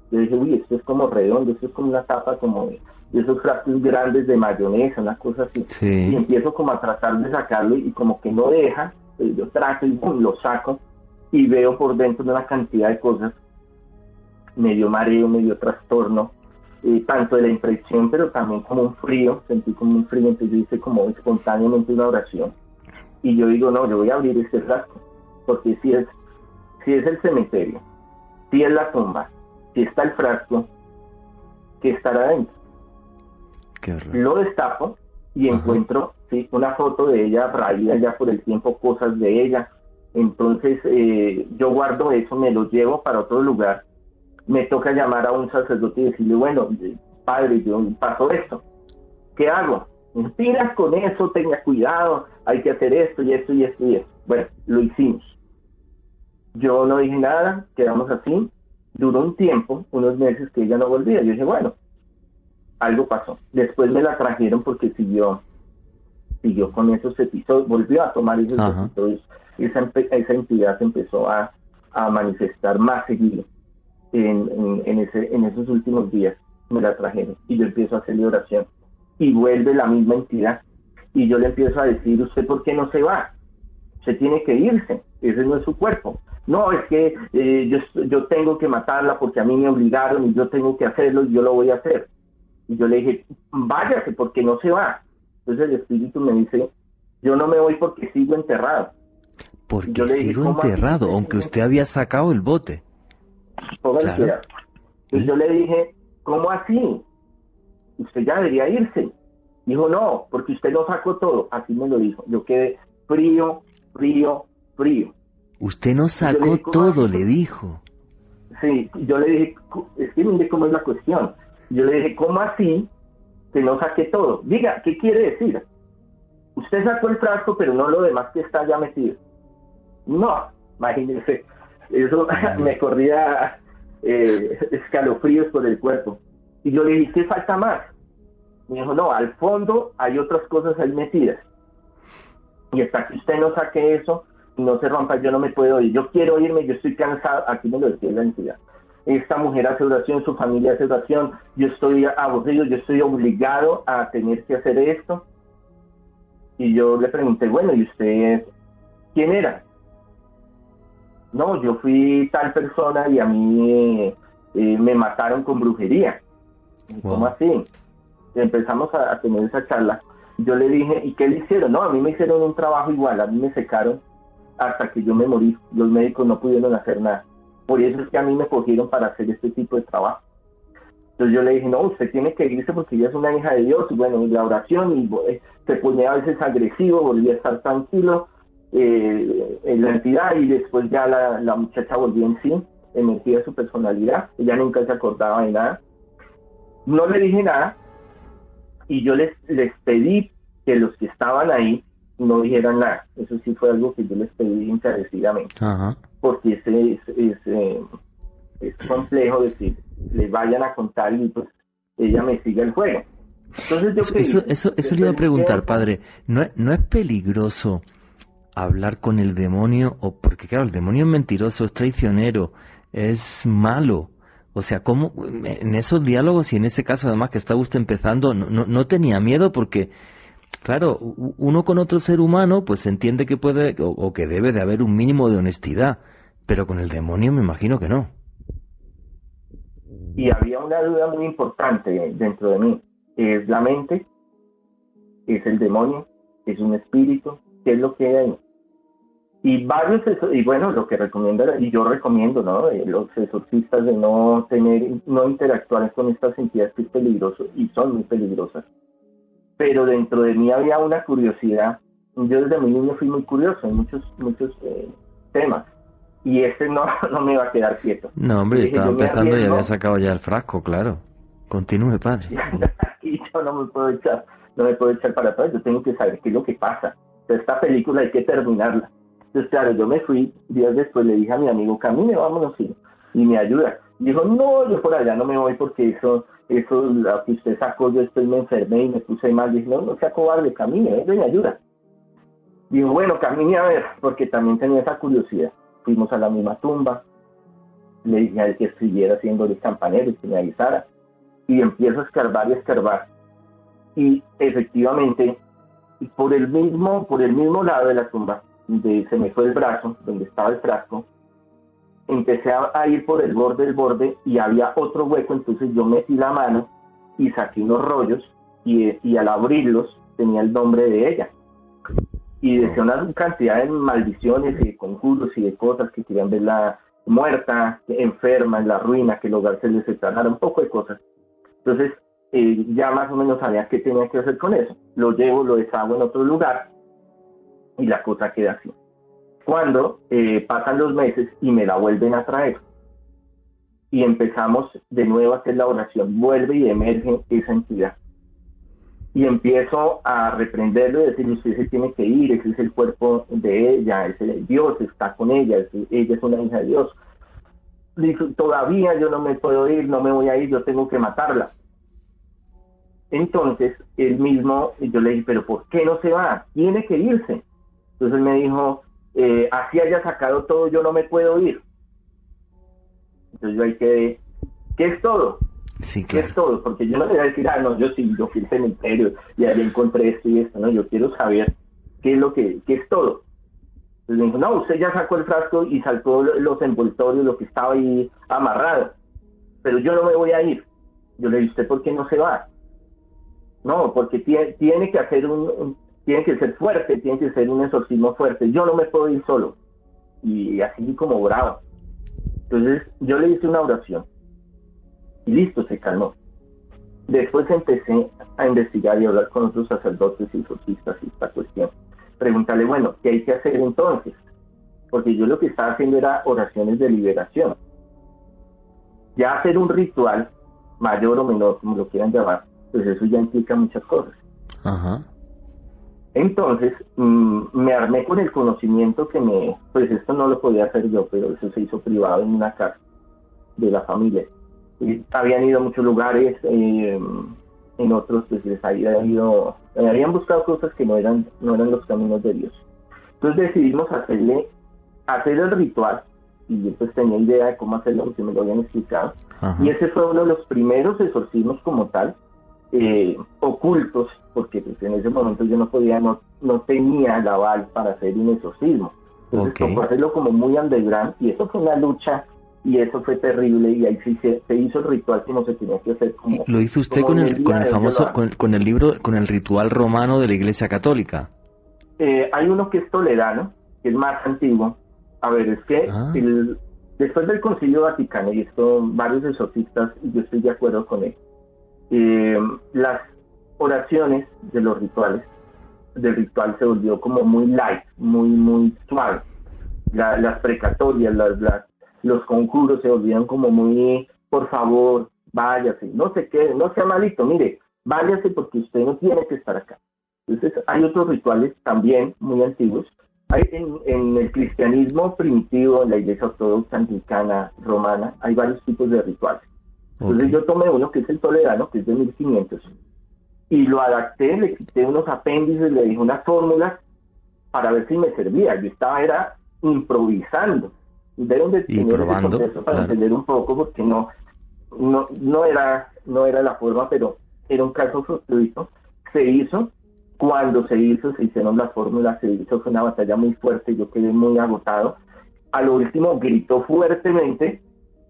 Speaker 10: Yo dije, uy, esto es como redondo, esto es como una tapa como de esos frascos grandes de mayonesa, una cosa así.
Speaker 7: Sí.
Speaker 10: Y empiezo como a tratar de sacarlo y como que no deja, pues yo trato y lo saco y veo por dentro de una cantidad de cosas. Me dio mareo, me dio trastorno, tanto de la impresión, pero también como un frío, sentí como un frío, entonces yo hice como espontáneamente una oración. Y yo digo, no, yo voy a abrir este frasco, porque si es el cementerio, si es la tumba, si está el frasco, ¿qué estará adentro?
Speaker 7: Qué horror.
Speaker 10: Lo destapo y encuentro una foto de ella raída ya por el tiempo, cosas de ella. Entonces yo guardo eso, me lo llevo para otro lugar. Me toca llamar a un sacerdote y decirle, bueno, padre, yo pasó esto, ¿qué hago? Mentiras con eso, tenga cuidado, hay que hacer esto y esto y esto y esto. Bueno, lo hicimos. Yo no dije nada, quedamos así. Duró un tiempo, unos meses que ella no volvía. Yo dije, bueno, algo pasó. Después me la trajeron porque siguió con esos episodios, volvió a tomar esos episodios. Esa entidad se empezó a manifestar más seguido en esos últimos días. Me la trajeron y yo empiezo a hacerle oración y vuelve la misma entidad y yo le empiezo a decir, ¿usted por qué no se va? Usted tiene que irse, ese no es su cuerpo. No, es que yo tengo que matarla porque a mí me obligaron y yo tengo que hacerlo y yo lo voy a hacer. Y yo le dije, váyase porque no se va. Entonces el espíritu me dice, yo no me voy porque sigo enterrado.
Speaker 7: Porque sigo enterrado, aunque usted había sacado el bote.
Speaker 10: Claro. Entonces yo le dije, ¿cómo así? Usted ya debería irse. Dijo, no, porque usted no sacó todo. Así me lo dijo. Yo quedé frío.
Speaker 7: Usted no sacó todo, le dijo.
Speaker 10: Sí, yo le dije, es que mire cómo es la cuestión. Yo le dije, ¿cómo así que no saqué todo? Diga, ¿qué quiere decir? Usted sacó el frasco, pero no lo demás que está ya metido. No, imagínese, eso me corría escalofríos por el cuerpo. Y yo le dije, ¿qué falta más? Me dijo, no, al fondo hay otras cosas ahí metidas. Y hasta que usted no saque eso y no se rompa, yo no me puedo ir. Yo quiero irme, yo estoy cansado. Aquí me lo decía la entidad. Esta mujer hace oración, su familia hace oración, yo estoy aburrido, yo estoy obligado a tener que hacer esto. Y yo le pregunté, bueno, ¿y usted quién era? No, yo fui tal persona y a mí me mataron con brujería. ¿Cómo así? Y empezamos a tener esa charla. Yo le dije, ¿y qué le hicieron? No, a mí me hicieron un trabajo igual, a mí me secaron hasta que yo me morí. Los médicos no pudieron hacer nada. Por eso es que a mí me cogieron para hacer este tipo de trabajo. Entonces yo le dije, no, usted tiene que irse porque ella es una hija de Dios. Y bueno, la oración, y se ponía a veces agresivo, volvía a estar tranquilo en la entidad, y después ya la muchacha volvió en sí, emergía su personalidad. Ella nunca se acordaba de nada. No le dije nada, y yo les pedí que los que estaban ahí no dijeran nada. Eso sí fue algo que yo les pedí encarecidamente. Porque es complejo decir, le vayan a contar y pues ella me siga el juego. Entonces
Speaker 7: eso le iba a preguntar, padre. ¿No es peligroso hablar con el demonio? O porque claro, el demonio es mentiroso, es traicionero, es malo. O sea, ¿cómo en esos diálogos y en ese caso además que estaba usted empezando, no tenía miedo? Porque, claro, uno con otro ser humano pues entiende que puede o que debe de haber un mínimo de honestidad, pero con el demonio me imagino que no.
Speaker 10: Y había una duda muy importante dentro de mí. ¿Es la mente? ¿Es el demonio? ¿Es un espíritu? ¿Qué es lo que hay ahí? Y bueno, lo que recomienda, y yo recomiendo, ¿no? Los exorcistas de no interactuar con estas entidades que es peligroso, y son muy peligrosas. Pero dentro de mí había una curiosidad. Yo desde muy niño fui muy curioso en muchos temas. Y no me va a quedar quieto.
Speaker 7: No, hombre, estaba empezando y había sacado ya el frasco, claro. Continúe, padre.
Speaker 10: Y yo no me puedo echar para atrás, yo tengo que saber qué es lo que pasa. Esta película hay que terminarla. Entonces, claro, yo me fui, días después le dije a mi amigo, camine, vámonos, y me ayuda. Y dijo, no, yo por allá no me voy porque eso lo que usted sacó, yo me enfermé y me puse mal. Dije, no sea cobarde, camine, venga y me ayuda. Dijo, bueno, camine a ver, porque también tenía esa curiosidad. Fuimos a la misma tumba, Le dije a él que siguiera haciéndole campaneros, que me avisara. Y empiezo a escarbar y a escarbar. Y efectivamente, por el mismo lado de la tumba, donde se me fue el brazo, donde estaba el frasco, empecé a ir por el borde y había otro hueco. Entonces yo metí la mano y saqué unos rollos y al abrirlos tenía el nombre de ella. Y decía una cantidad de maldiciones y de conjuros y de cosas, que querían verla muerta, enferma, en la ruina, que el hogar se les separara, un poco de cosas. Entonces ya más o menos sabía qué tenía que hacer con eso. Lo llevo, lo deshago en otro lugar y la cosa queda así. Cuando pasan los meses y me la vuelven a traer y empezamos de nuevo a hacer la oración, vuelve y emerge esa entidad. Y empiezo a reprenderlo y decirle: usted se tiene que ir, ese es el cuerpo de ella, ese Dios está con ella, ella es una hija de Dios. Dice: todavía yo no me puedo ir, no me voy a ir, yo tengo que matarla. Entonces él mismo, yo le dije: pero ¿por qué no se va? Tiene que irse. Entonces él me dijo: así haya sacado todo, yo no me puedo ir. Entonces yo ahí quedé: ¿qué es todo?
Speaker 7: Sí, claro.
Speaker 10: ¿Qué es todo? Porque yo no le voy a decir: yo fui al cementerio y ahí encontré esto y esto. No, yo quiero saber qué es todo. Entonces me dijo: no, usted ya sacó el frasco y saltó los envoltorios, lo que estaba ahí amarrado, pero yo no me voy a ir. Yo le dije: ¿usted por qué no se va? No, porque tiene que hacer tiene que ser fuerte, tiene que ser un exorcismo fuerte, yo no me puedo ir solo. Y así como bravo. Entonces yo le hice una oración y listo, se calmó. Después empecé a investigar y hablar con otros sacerdotes y exorcistas y esta cuestión. Preguntarle: bueno, ¿qué hay que hacer entonces? Porque yo lo que estaba haciendo era oraciones de liberación. Ya hacer un ritual, mayor o menor, como lo quieran llamar, pues eso ya implica muchas cosas.
Speaker 7: Ajá.
Speaker 10: Entonces me armé con el conocimiento que pues esto no lo podía hacer yo, pero eso se hizo privado en una casa de la familia. Y habían ido a muchos lugares, en otros pues les habían buscado cosas que no eran los caminos de Dios. Entonces decidimos hacer el ritual, y yo pues tenía idea de cómo hacerlo porque me lo habían explicado. Ajá. Y ese fue uno de los primeros exorcismos como tal, ocultos, porque pues en ese momento yo no tenía el aval para hacer un exorcismo. Entonces tocó hacerlo como muy underground, y eso fue una lucha, y eso fue terrible, y ahí sí se hizo el ritual como se tenía que hacer.
Speaker 7: ¿Lo hizo usted con el famoso, con el libro, con el ritual romano de la Iglesia Católica?
Speaker 10: Hay uno que es toledano, que es más antiguo. A ver, es que después del Concilio Vaticano, y esto varios exorcistas, y yo estoy de acuerdo con él, las oraciones de los rituales, del ritual se volvió como muy light, muy suave. Las precatorias, los conjuros se volvieron como muy: por favor, váyase, no sé qué, no sea malito, mire, váyase porque usted no tiene que estar acá. Entonces hay otros rituales también muy antiguos. Hay en el cristianismo primitivo, en la iglesia ortodoxa, anglicana, romana, hay varios tipos de rituales. Entonces yo tomé uno que es el toledano, que es de 1500, y lo adapté, le quité unos apéndices, le dije unas fórmulas para ver si me servía. Yo estaba improvisando. Deben de tener ese proceso para entender un poco, porque no era la forma, pero era un caso fortuito. Se hizo. Cuando se hicieron las fórmulas, fue una batalla muy fuerte, yo quedé muy agotado. A lo último gritó fuertemente,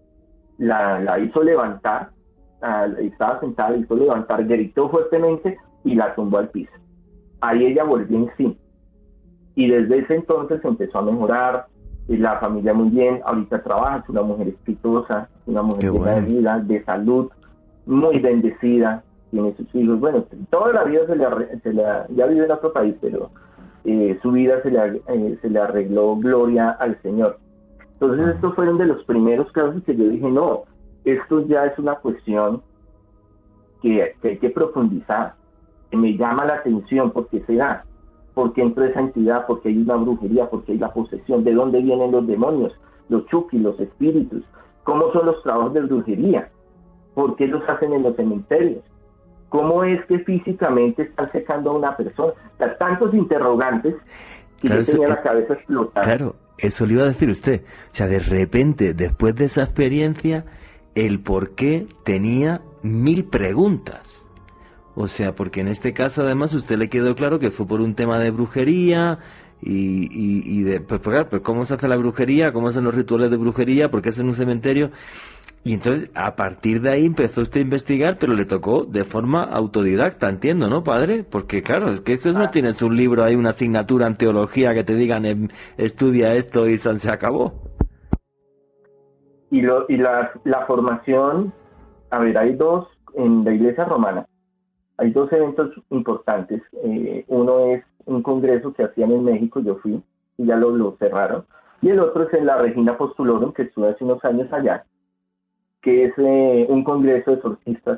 Speaker 10: la hizo levantar, estaba sentada, la hizo levantar, gritó fuertemente y la tumbó al piso. Ahí ella volvió en sí. Y desde ese entonces empezó a mejorar, la familia muy bien, ahorita trabaja, es una mujer exitosa, una mujer llena de vida, de salud, muy bendecida, tiene sus hijos. Bueno, toda la vida ya vive en otro país, pero su vida se le arregló, gloria al Señor. Entonces estos fueron de los primeros casos que yo dije: no, esto ya es una cuestión que hay que profundizar, que me llama la atención. ¿Por qué se da? ¿Por qué entró esa entidad? ¿Por qué hay una brujería? ¿Por qué hay la posesión? ¿De dónde vienen los demonios, los chukis, los espíritus? ¿Cómo son los trabajos de brujería? ¿Por qué los hacen en los cementerios? ¿Cómo es que físicamente están secando a una persona? O sea, tantos interrogantes que yo tenía la cabeza explotada.
Speaker 7: Claro, Eso le iba a decir usted. O sea, de repente, después de esa experiencia, el por qué tenía 1000 preguntas. O sea, porque en este caso, además, a usted le quedó claro que fue por un tema de brujería y de... Pues claro, pues ¿cómo se hace la brujería? ¿Cómo hacen los rituales de brujería? ¿Por qué es en un cementerio? Y entonces, a partir de ahí empezó usted a investigar, pero le tocó de forma autodidacta, entiendo, ¿no, padre? Porque claro, es que esto no tienes un libro, hay una asignatura en teología que te digan, estudia esto y se acabó.
Speaker 10: Y la formación, a ver, hay dos, en la Iglesia Romana, hay dos eventos importantes. Uno es un congreso que hacían en México, yo fui, y ya lo cerraron. Y el otro es en la Regina Apostolorum, que estuve hace unos años allá, que es un congreso de exorcistas.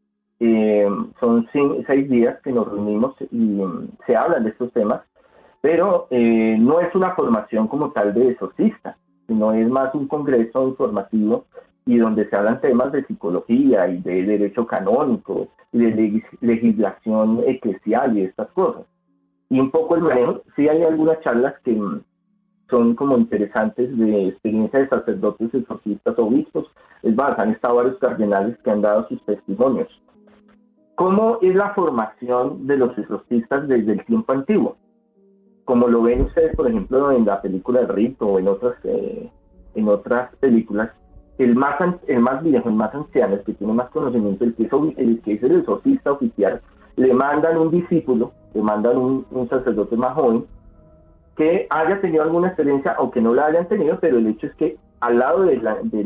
Speaker 10: Son 6 días que nos reunimos y se hablan de estos temas, pero no es una formación como tal de exorcista, sino es más un congreso informativo y donde se hablan temas de psicología y de derecho canónico y de legislación eclesial y estas cosas. Y un poco el manejo, sí hay algunas charlas que son como interesantes de experiencia de sacerdotes, exorcistas, obispos. Es más, han estado varios cardenales que han dado sus testimonios. ¿Cómo es la formación de los exorcistas desde el tiempo antiguo? Como lo ven ustedes, por ejemplo, en la película El Rito o en otras películas, el más viejo, el más anciano, el que tiene más conocimiento, el que es el exorcista oficial, le mandan un discípulo, le mandan un sacerdote más joven, que haya tenido alguna experiencia o que no la hayan tenido, pero el hecho es que al lado de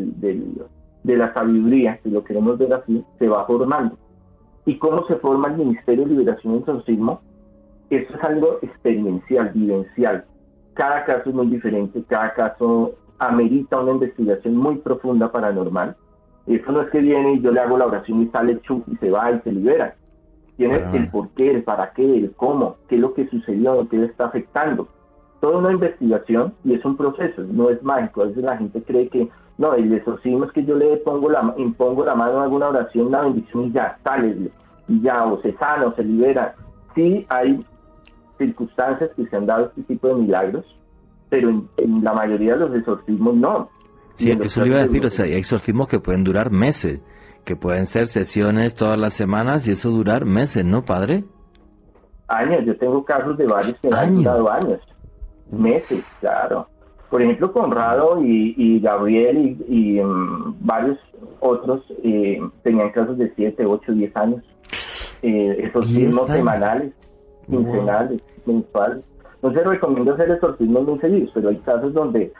Speaker 10: la sabiduría, si lo queremos ver así, se va formando. ¿Y cómo se forma el Ministerio de Liberación y Exorcismo? Eso es algo experiencial, vivencial. Cada caso es muy diferente, cada caso amerita una investigación muy profunda paranormal. Eso no es que viene y yo le hago la oración y sale chup y se va y se libera. Tiene el por qué, el para qué, el cómo, qué es lo que sucedió, qué le está afectando. Toda una investigación y es un proceso, no es mágico. A veces la gente cree que no, el exorcismo es que yo le impongo la mano a alguna oración, una bendición y ya sale, y ya o se sana o se libera. Sí hay circunstancias que se han dado este tipo de milagros, pero en la mayoría de los exorcismos no.
Speaker 7: Sí, eso le iba a decir, o sea, hay exorcismos que pueden durar meses, que pueden ser sesiones todas las semanas y eso durar meses, ¿no, padre?
Speaker 10: Años, yo tengo casos de varios que han durado años. Meses, claro. Por ejemplo, Conrado y Gabriel y varios otros tenían casos de 7, 8, 10 años. Exorcismos semanales, quincenales, mensuales. No se recomienda hacer exorcismos muy seguidos, pero hay casos donde,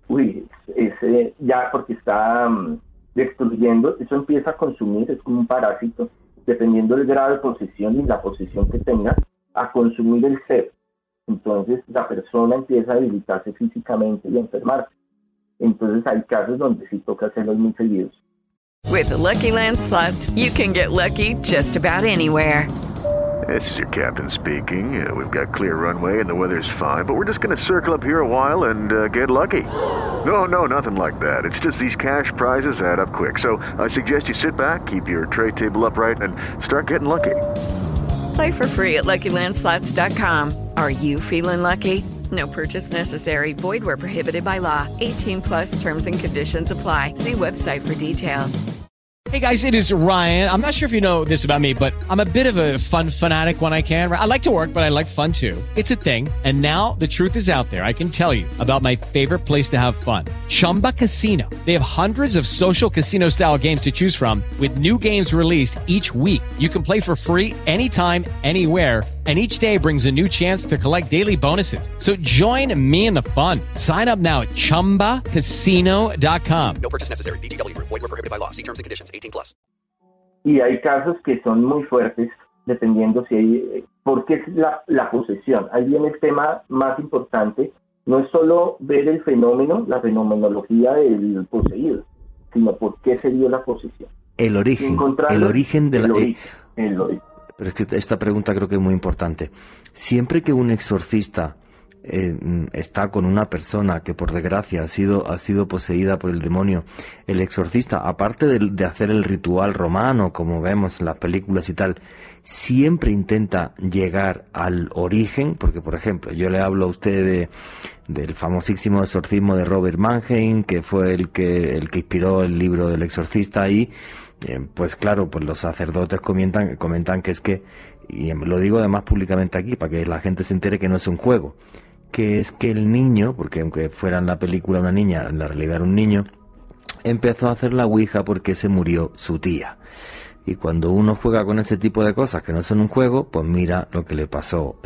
Speaker 10: ya porque está destruyendo, eso empieza a consumir, es como un parásito, dependiendo del grado de posesión y la posesión que tenga, a consumir el ser. Entonces la persona empieza a debilitarse físicamente y a enfermarse. Entonces hay casos donde sí toca hacerlos muy seguidos.
Speaker 13: With the Lucky Land Slots, you can get lucky just about anywhere.
Speaker 14: This is your captain speaking. We've got clear runway and the weather's fine, but we're just going to circle up here a while and get lucky. No, nothing like that. It's just these cash prizes add up quick. So I suggest you sit back, keep your tray table upright, and start getting lucky.
Speaker 13: Play for free at LuckyLandSlots.com. Are you feeling lucky? No purchase necessary. Void where prohibited by law. 18 plus terms and conditions apply. See website for details.
Speaker 12: Hey guys, it is Ryan. I'm not sure if you know this about me, but I'm a bit of a fun fanatic when I can. I like to work, but I like fun too. It's a thing. And now the truth is out there. I can tell you about my favorite place to have fun. Chumba Casino. They have hundreds of social casino style games to choose from with new games released each week. You can play for free anytime, anywhere. And each day brings a new chance to collect daily bonuses. So join me in the fun. Sign up now at ChumbaCasino.com.
Speaker 11: No purchase necessary. VGW Group. Void where prohibited by law. See terms and conditions. 18 plus.
Speaker 10: Y hay casos que son muy fuertes, dependiendo si hay... porque es la posesión. Ahí viene el tema más importante. No es solo ver el fenómeno, la fenomenología del poseído, sino por qué se dio la posesión.
Speaker 7: El origen de la...
Speaker 10: El origen.
Speaker 7: Pero es que esta pregunta creo que es muy importante. Siempre que un exorcista está con una persona que por desgracia ha sido poseída por el demonio, el exorcista, aparte de hacer el ritual romano, como vemos en las películas y tal, siempre intenta llegar al origen, porque por ejemplo, yo le hablo a usted del famosísimo exorcismo de Robert Mannheim, que fue el que inspiró el libro del exorcista, y pues claro, pues los sacerdotes comentan que es que, y lo digo además públicamente aquí, para que la gente se entere que no es un juego, que es que el niño, porque aunque fuera en la película una niña, en la realidad era un niño, empezó a hacer la ouija porque se murió su tía. Y cuando uno juega con ese tipo de cosas que no son un juego, pues mira lo que le pasó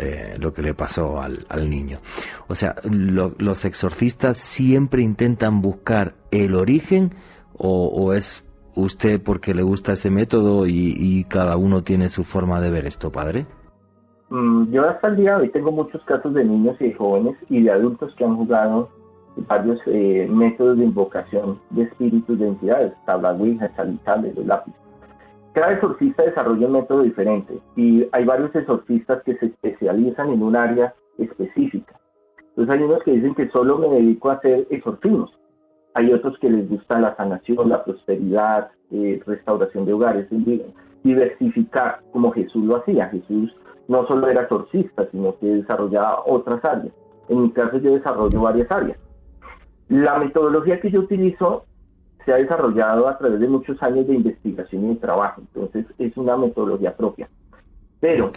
Speaker 7: al niño. O sea, los exorcistas siempre intentan buscar el origen, o es usted porque le gusta ese método y cada uno tiene su forma de ver esto, padre.
Speaker 10: Yo hasta el día de hoy tengo muchos casos de niños y de jóvenes y de adultos que han jugado varios métodos de invocación de espíritus, de entidades, tabla ouija, chalizales, los lápices. Cada exorcista desarrolla un método diferente y hay varios exorcistas que se especializan en un área específica. Entonces hay unos que dicen que solo me dedico a hacer exorcismos. Hay otros que les gusta la sanación, la prosperidad, restauración de hogares, diversificar como Jesús lo hacía. Jesús no solo era exorcista, sino que desarrollaba otras áreas. En mi caso yo desarrollo varias áreas. La metodología que yo utilizo se ha desarrollado a través de muchos años de investigación y de trabajo, entonces es una metodología propia. Pero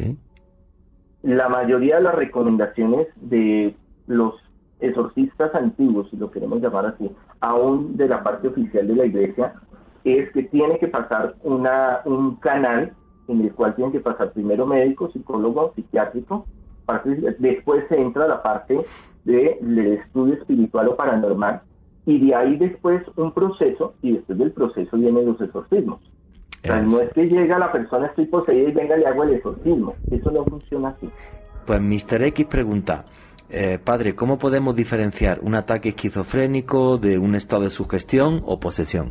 Speaker 10: la mayoría de las recomendaciones de los exorcistas antiguos, si lo queremos llamar así, aún de la parte oficial de la iglesia, es que tiene que pasar un canal en el cual tienen que pasar primero médico, psicólogo, psiquiátrico, después se entra a la parte del estudio espiritual o paranormal, y de ahí después un proceso, y después del proceso vienen los exorcismos. O sea, no es que llega la persona, estoy poseída y venga, le hago el exorcismo. Eso no funciona así.
Speaker 7: Pues Mr. X pregunta, padre, ¿cómo podemos diferenciar un ataque esquizofrénico de un estado de sugestión o posesión?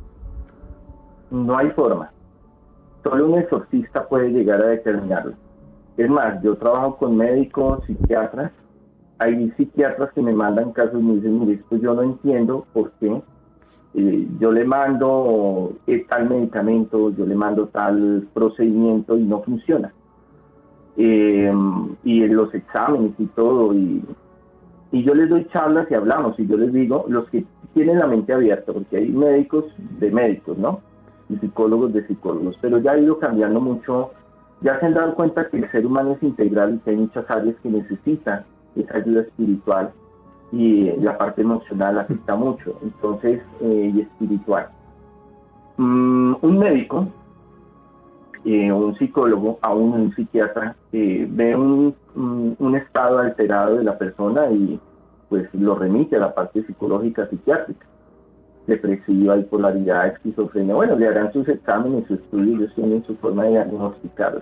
Speaker 10: No hay forma. Solo un exorcista puede llegar a determinarlo. Es más, yo trabajo con médicos, psiquiatras. Hay psiquiatras que me mandan casos y me dicen, mire, pues yo no entiendo por qué yo le mando tal medicamento, yo le mando tal procedimiento y no funciona. Y en los exámenes y todo, y yo les doy charlas y hablamos, y yo les digo, los que tienen la mente abierta, porque hay médicos de médicos, ¿no? Y psicólogos de psicólogos, pero ya ha ido cambiando mucho, ya se han dado cuenta que el ser humano es integral y que hay muchas áreas que necesitan esa ayuda espiritual, y la parte emocional afecta mucho, entonces, y espiritual. Un médico, un psicólogo, aún un psiquiatra, ve un estado alterado de la persona y pues lo remite a la parte psicológica psiquiátrica, depresiva, bipolaridad, esquizofrenia. Bueno, le harán sus exámenes, sus estudios, ellos tienen su forma de diagnosticarlo.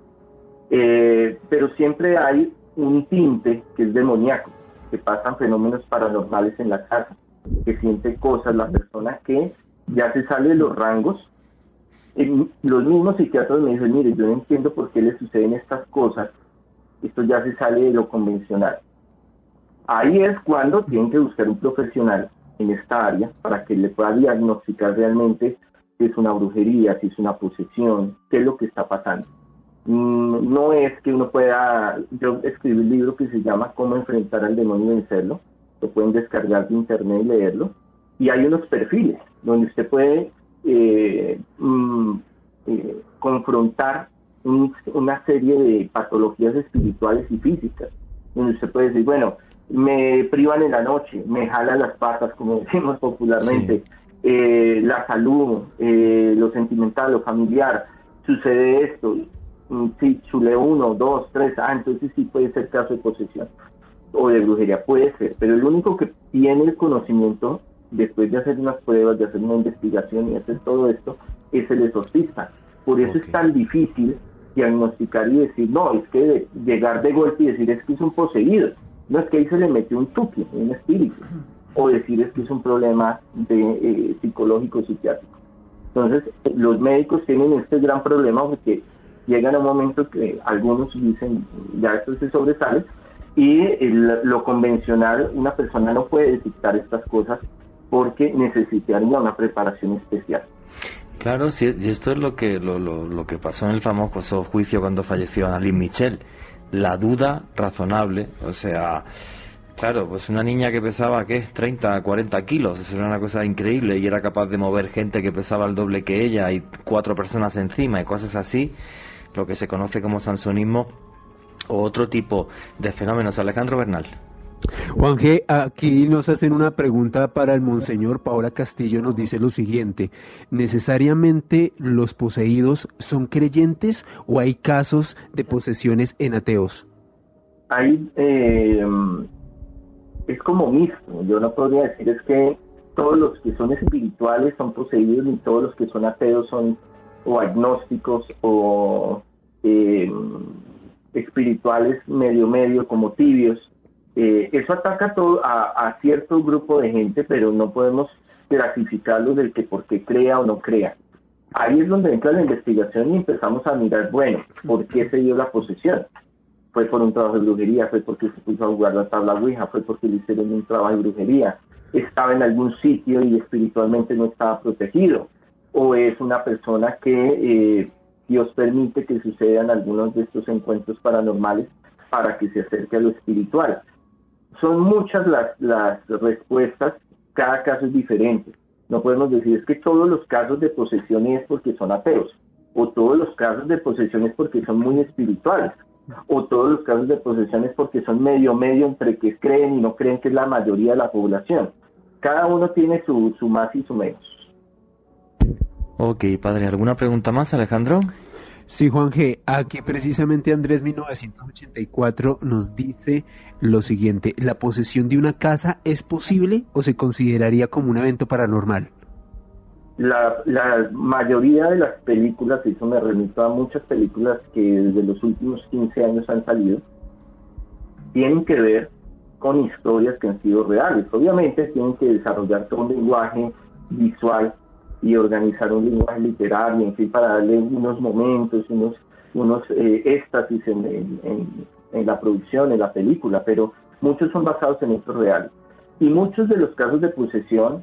Speaker 10: Pero siempre hay un tinte que es demoníaco, que pasan fenómenos paranormales en la casa, que siente cosas la persona que ya se sale de los rangos. Los mismos psiquiatras me dicen, mire, yo no entiendo por qué le suceden estas cosas, esto ya se sale de lo convencional. Ahí es cuando tienen que buscar un profesional en esta área para que le pueda diagnosticar realmente si es una brujería, si es una posesión, qué es lo que está pasando. No es que uno pueda, yo escribí un libro que se llama Cómo enfrentar al demonio y vencerlo, lo pueden descargar de internet y leerlo, y hay unos perfiles donde usted puede confrontar una serie de patologías espirituales y físicas, donde usted puede decir, bueno, me privan en la noche, me jalan las patas, como decimos popularmente, sí. La salud, lo sentimental, lo familiar, sucede esto, sí, chule 1, 2, 3, entonces sí puede ser caso de posesión o de brujería, puede ser, pero el único que tiene el conocimiento después de hacer unas pruebas, de hacer una investigación y hacer todo esto, es el exorcista. Por eso es tan difícil diagnosticar y decir, no, es que llegar de golpe y decir es que es un poseído, no, es que ahí se le metió un tuki, un espíritu, o decir es que es un problema de psicológico, psiquiátrico. Entonces, los médicos tienen este gran problema porque llegan a un momento que algunos dicen, ya esto se sobresale, Y lo convencional, una persona no puede detectar estas cosas porque necesitaría una preparación especial.
Speaker 7: Claro, sí, y esto es lo que pasó en el famoso juicio cuando falleció Annalise Michel. La duda razonable, o sea, claro, pues una niña que pesaba, ¿qué? 30, 40 kilos, eso era una cosa increíble, y era capaz de mover gente que pesaba el doble que ella y 4 personas encima y cosas así, lo que se conoce como sansonismo o otro tipo de fenómenos. Alejandro Bernal.
Speaker 9: Juan G., aquí nos hacen una pregunta para el monseñor. Paola Castillo nos dice lo siguiente: ¿necesariamente los poseídos son creyentes o hay casos de posesiones en ateos?
Speaker 10: Es como mixto. Yo no podría decir es que todos los que son espirituales son poseídos, ni todos los que son ateos son o agnósticos o espirituales medio como tibios. Eso ataca a cierto grupo de gente, pero no podemos clasificarlo del que por qué crea o no crea. Ahí es donde entra la investigación y empezamos a mirar, bueno, ¿por qué se dio la posesión? ¿Fue por un trabajo de brujería? ¿Fue porque se puso a jugar la tabla ouija? ¿Fue porque le hicieron un trabajo de brujería? ¿Estaba en algún sitio y espiritualmente no estaba protegido? ¿O es una persona que Dios permite que sucedan algunos de estos encuentros paranormales para que se acerque a lo espiritual? Son muchas las respuestas, cada caso es diferente. No podemos decir es que todos los casos de posesión es porque son ateos, o todos los casos de posesión es porque son muy espirituales, o todos los casos de posesión es porque son medio entre que creen y no creen, que es la mayoría de la población. Cada uno tiene su más y su menos.
Speaker 7: Ok, padre, ¿alguna pregunta más, Alejandro?
Speaker 9: Sí, Juan G., aquí precisamente Andrés 1984 nos dice lo siguiente: ¿la posesión de una casa es posible o se consideraría como un evento paranormal?
Speaker 10: La mayoría de las películas, y eso me remito a muchas películas que desde los últimos 15 años han salido, tienen que ver con historias que han sido reales. Obviamente tienen que desarrollar todo un lenguaje visual y organizar un lenguaje literario, en fin, para darle unos momentos, unos éxtasis en la producción, en la película, pero muchos son basados en hechos reales. Y muchos de los casos de posesión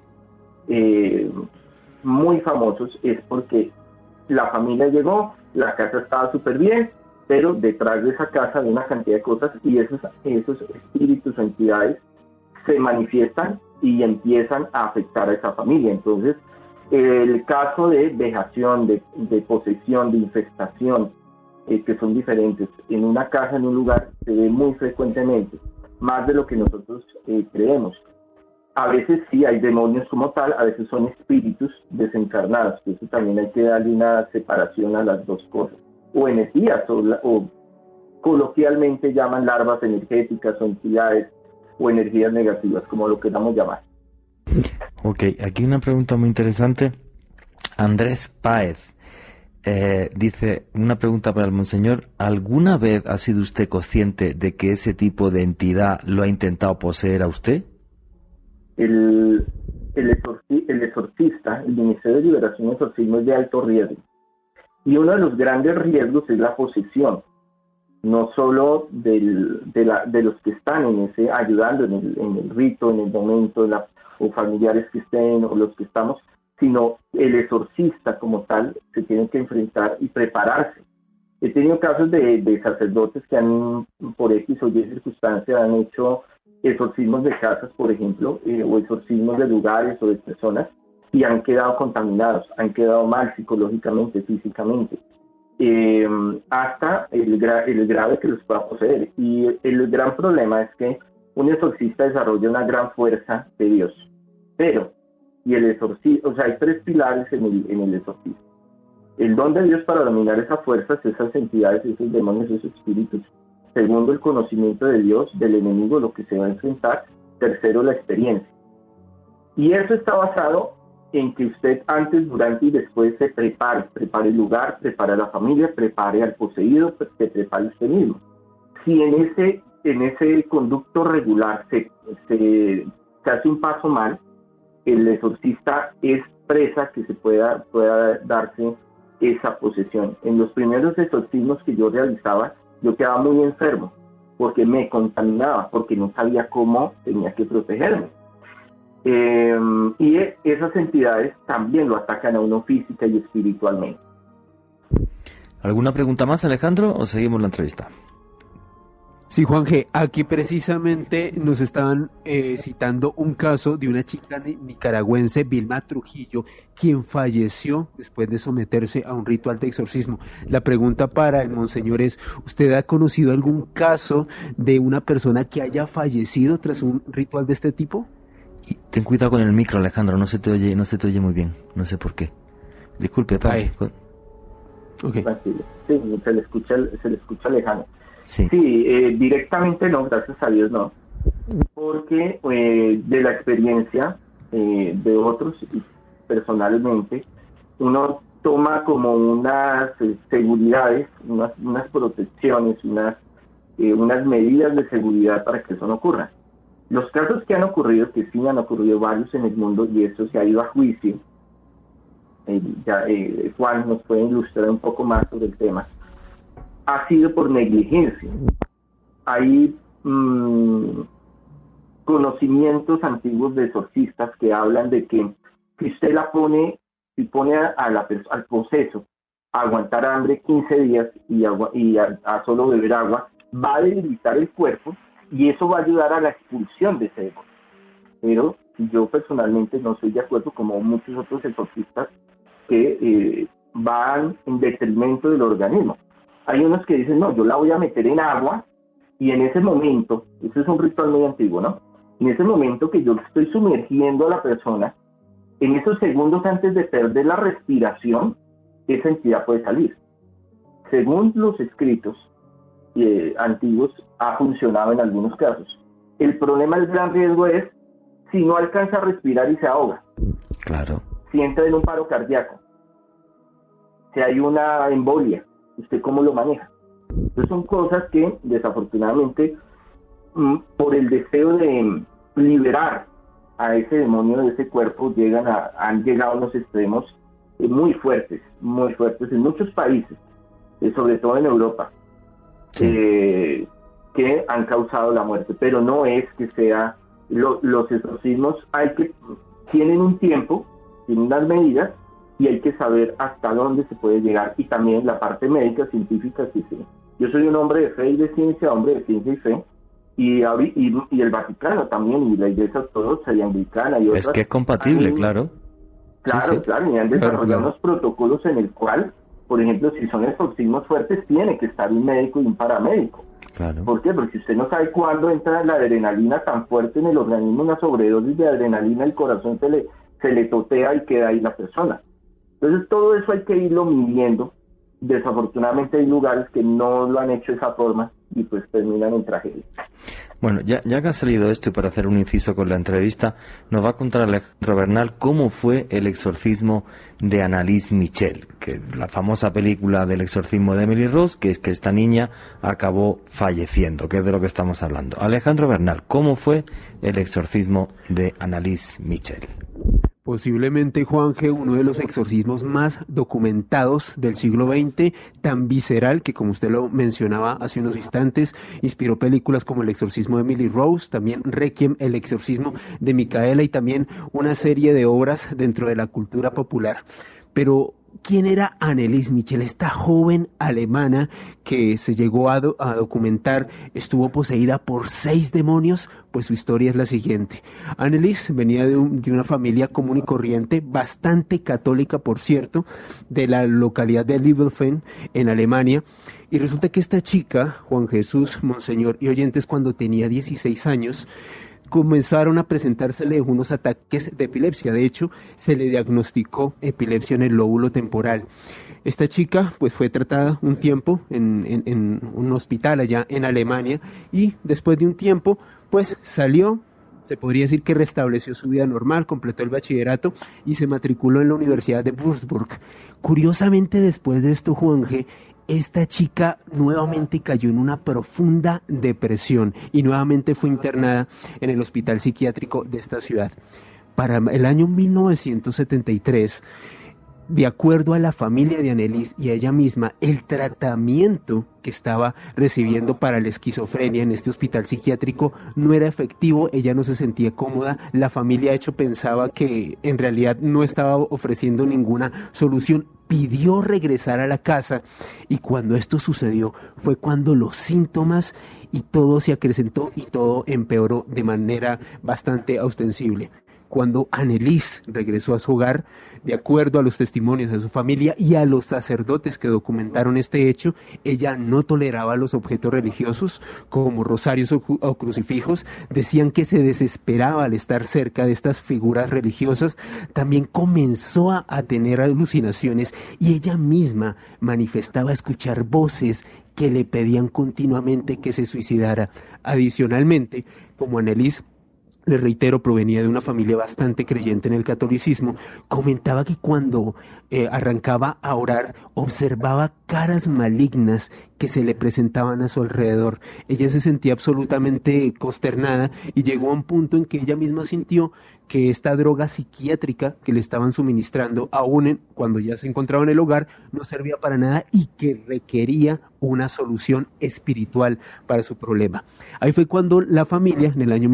Speaker 10: muy famosos es porque la familia llegó, la casa estaba súper bien, pero detrás de esa casa hay una cantidad de cosas y esos espíritus o entidades se manifiestan y empiezan a afectar a esa familia. Entonces, el caso de vejación, de posesión, de infestación, que son diferentes en una casa, en un lugar, se ve muy frecuentemente, más de lo que nosotros creemos. A veces sí hay demonios como tal, a veces son espíritus desencarnados, que eso también hay que darle una separación a las dos cosas. O energías, o coloquialmente llaman larvas energéticas o entidades, o energías negativas, como lo queramos llamar.
Speaker 7: Ok, aquí una pregunta muy interesante. Andrés Páez dice, una pregunta para el monseñor: ¿alguna vez ha sido usted consciente de que ese tipo de entidad lo ha intentado poseer a usted?
Speaker 10: El exorcista, el Ministerio de Liberación y Exorcismo, es de alto riesgo. Y uno de los grandes riesgos es la posesión, no solo de los que están ayudando en el rito, en el momento, o familiares que estén, o los que estamos, sino el exorcista como tal se tiene que enfrentar y prepararse. He tenido casos de sacerdotes que por X o Y circunstancia han hecho exorcismos de casas, por ejemplo, o exorcismos de lugares o de personas, y han quedado contaminados, han quedado mal psicológicamente, físicamente, hasta el grave que los pueda poseer. Y el gran problema es que un exorcista desarrolla una gran fuerza de Dios, pero, y el exorcismo, o sea, hay 3 pilares en el exorcismo: el don de Dios para dominar esas fuerzas, esas entidades, esos demonios, esos espíritus; segundo, el conocimiento de Dios, del enemigo, lo que se va a enfrentar; tercero, la experiencia. Y eso está basado en que usted antes, durante y después se prepare el lugar, prepare a la familia, prepare al poseído, se prepare usted mismo. Si en ese conducto regular se hace un paso mal, el exorcista es presa que se pueda darse esa posesión. En los primeros exorcismos que yo realizaba, yo quedaba muy enfermo, porque me contaminaba, porque no sabía cómo tenía que protegerme. Y esas entidades también lo atacan a uno física y espiritualmente.
Speaker 7: ¿Alguna pregunta más, Alejandro, o seguimos la entrevista?
Speaker 9: Sí, Juan G., aquí precisamente nos estaban citando un caso de una chica nicaragüense, Vilma Trujillo, quien falleció después de someterse a un ritual de exorcismo. La pregunta para el monseñor es, ¿usted ha conocido algún caso de una persona que haya fallecido tras un ritual de este tipo?
Speaker 7: Y ten cuidado con el micro, Alejandro, no se te oye muy bien, no sé por qué. Disculpe, padre.
Speaker 10: Okay. Tranquilo. Sí, se le escucha lejano.
Speaker 7: Sí,
Speaker 10: directamente no, gracias a Dios no, porque de la experiencia de otros y personalmente, uno toma como unas seguridades, unas protecciones, unas medidas de seguridad para que eso no ocurra. Los casos que han ocurrido, que sí han ocurrido varios en el mundo, y eso se ha ido a juicio, Juan nos puede ilustrar un poco más sobre el tema, ha sido por negligencia. Hay conocimientos antiguos de exorcistas que hablan de que si usted pone al poseso a aguantar hambre 15 días y a solo beber agua, va a debilitar el cuerpo y eso va a ayudar a la expulsión de ese demonio. Pero yo personalmente no estoy de acuerdo, como muchos otros exorcistas, que van en detrimento del organismo. Hay unos que dicen, no, yo la voy a meter en agua y en ese momento, ese es un ritual muy antiguo, ¿no? En ese momento que yo estoy sumergiendo a la persona, en esos segundos antes de perder la respiración, esa entidad puede salir. Según los escritos antiguos, ha funcionado en algunos casos. El problema, el gran riesgo es si no alcanza a respirar y se ahoga.
Speaker 7: Claro.
Speaker 10: Si entra en un paro cardíaco, si hay una embolia, ¿usted cómo lo maneja? Entonces son cosas que desafortunadamente por el deseo de liberar a ese demonio de ese cuerpo han llegado a unos extremos muy fuertes en muchos países, sobre todo en Europa, que han causado la muerte. Pero no es que sea los exorcismos, tienen un tiempo, tienen unas medidas, y hay que saber hasta dónde se puede llegar, y también la parte médica, científica, sí. Yo soy un hombre de fe y de ciencia, hombre de ciencia y fe, y el Vaticano también, y la Iglesia Ortodoxa y Anglicana y otras.
Speaker 7: Es que es compatible, claro.
Speaker 10: Claro, y han desarrollado unos protocolos en el cual, por ejemplo, si son exorcismos fuertes, tiene que estar un médico y un paramédico.
Speaker 7: Claro.
Speaker 10: ¿Por qué? Porque usted no sabe cuándo entra la adrenalina tan fuerte en el organismo, una sobredosis de adrenalina, el corazón se le totea y queda ahí la persona. Entonces todo eso hay que irlo midiendo. Desafortunadamente hay lugares que no lo han hecho de esa forma y pues terminan en tragedia.
Speaker 7: Bueno, ya que ha salido esto, y para hacer un inciso con la entrevista, nos va a contar Alejandro Bernal cómo fue el exorcismo de Annalise Michel, que la famosa película del exorcismo de Emily Rose, que es que esta niña acabó falleciendo, que es de lo que estamos hablando. Alejandro Bernal, ¿cómo fue el exorcismo de Annalise Michel?
Speaker 9: Posiblemente, Juan G., uno de los exorcismos más documentados del siglo XX, tan visceral que, como usted lo mencionaba hace unos instantes, inspiró películas como El exorcismo de Emily Rose, también Requiem, El exorcismo de Micaela, y también una serie de obras dentro de la cultura popular. Pero ¿quién era Annalise Michel, esta joven alemana que se llegó a documentar estuvo poseída por 6 demonios? Pues su historia es la siguiente. Annalise venía de una familia común y corriente, bastante católica, por cierto, de la localidad de Liebelfeld, en Alemania. Y resulta que esta chica, Juan Jesús, monseñor y oyentes, cuando tenía 16 años, comenzaron a presentársele unos ataques de epilepsia. De hecho, se le diagnosticó epilepsia en el lóbulo temporal. Esta chica pues fue tratada un tiempo en un hospital allá en Alemania, y después de un tiempo pues salió, se podría decir que restableció su vida normal, completó el bachillerato y se matriculó en la Universidad de Würzburg. Curiosamente, después de esto, Juan G., esta chica nuevamente cayó en una profunda depresión y nuevamente fue internada en el hospital psiquiátrico de esta ciudad. Para el año 1973, De acuerdo a la familia de Anneliese y a ella misma, el tratamiento que estaba recibiendo para la esquizofrenia en este hospital psiquiátrico no era efectivo, ella no se sentía cómoda, la familia de hecho pensaba que en realidad no estaba ofreciendo ninguna solución, pidió regresar a la casa y cuando esto sucedió fue cuando los síntomas y todo se acrecentó y todo empeoró de manera bastante ostensible. Cuando Anneliese regresó a su hogar, de acuerdo a los testimonios de su familia y a los sacerdotes que documentaron este hecho, ella no toleraba los objetos religiosos como rosarios o crucifijos, decían que se desesperaba al estar cerca de estas figuras religiosas, también comenzó a tener alucinaciones y ella misma manifestaba escuchar voces que le pedían continuamente que se suicidara. Adicionalmente, como Anneliese, le reitero, provenía de una familia bastante creyente en el catolicismo, comentaba que cuando arrancaba a orar, observaba caras malignas que se le presentaban a su alrededor. Ella se sentía absolutamente consternada y llegó a un punto en que ella misma sintió que esta droga psiquiátrica que le estaban suministrando, aún cuando ya se encontraba en el hogar, no servía para nada y que requería una solución espiritual para su problema. Ahí fue cuando la familia, en el año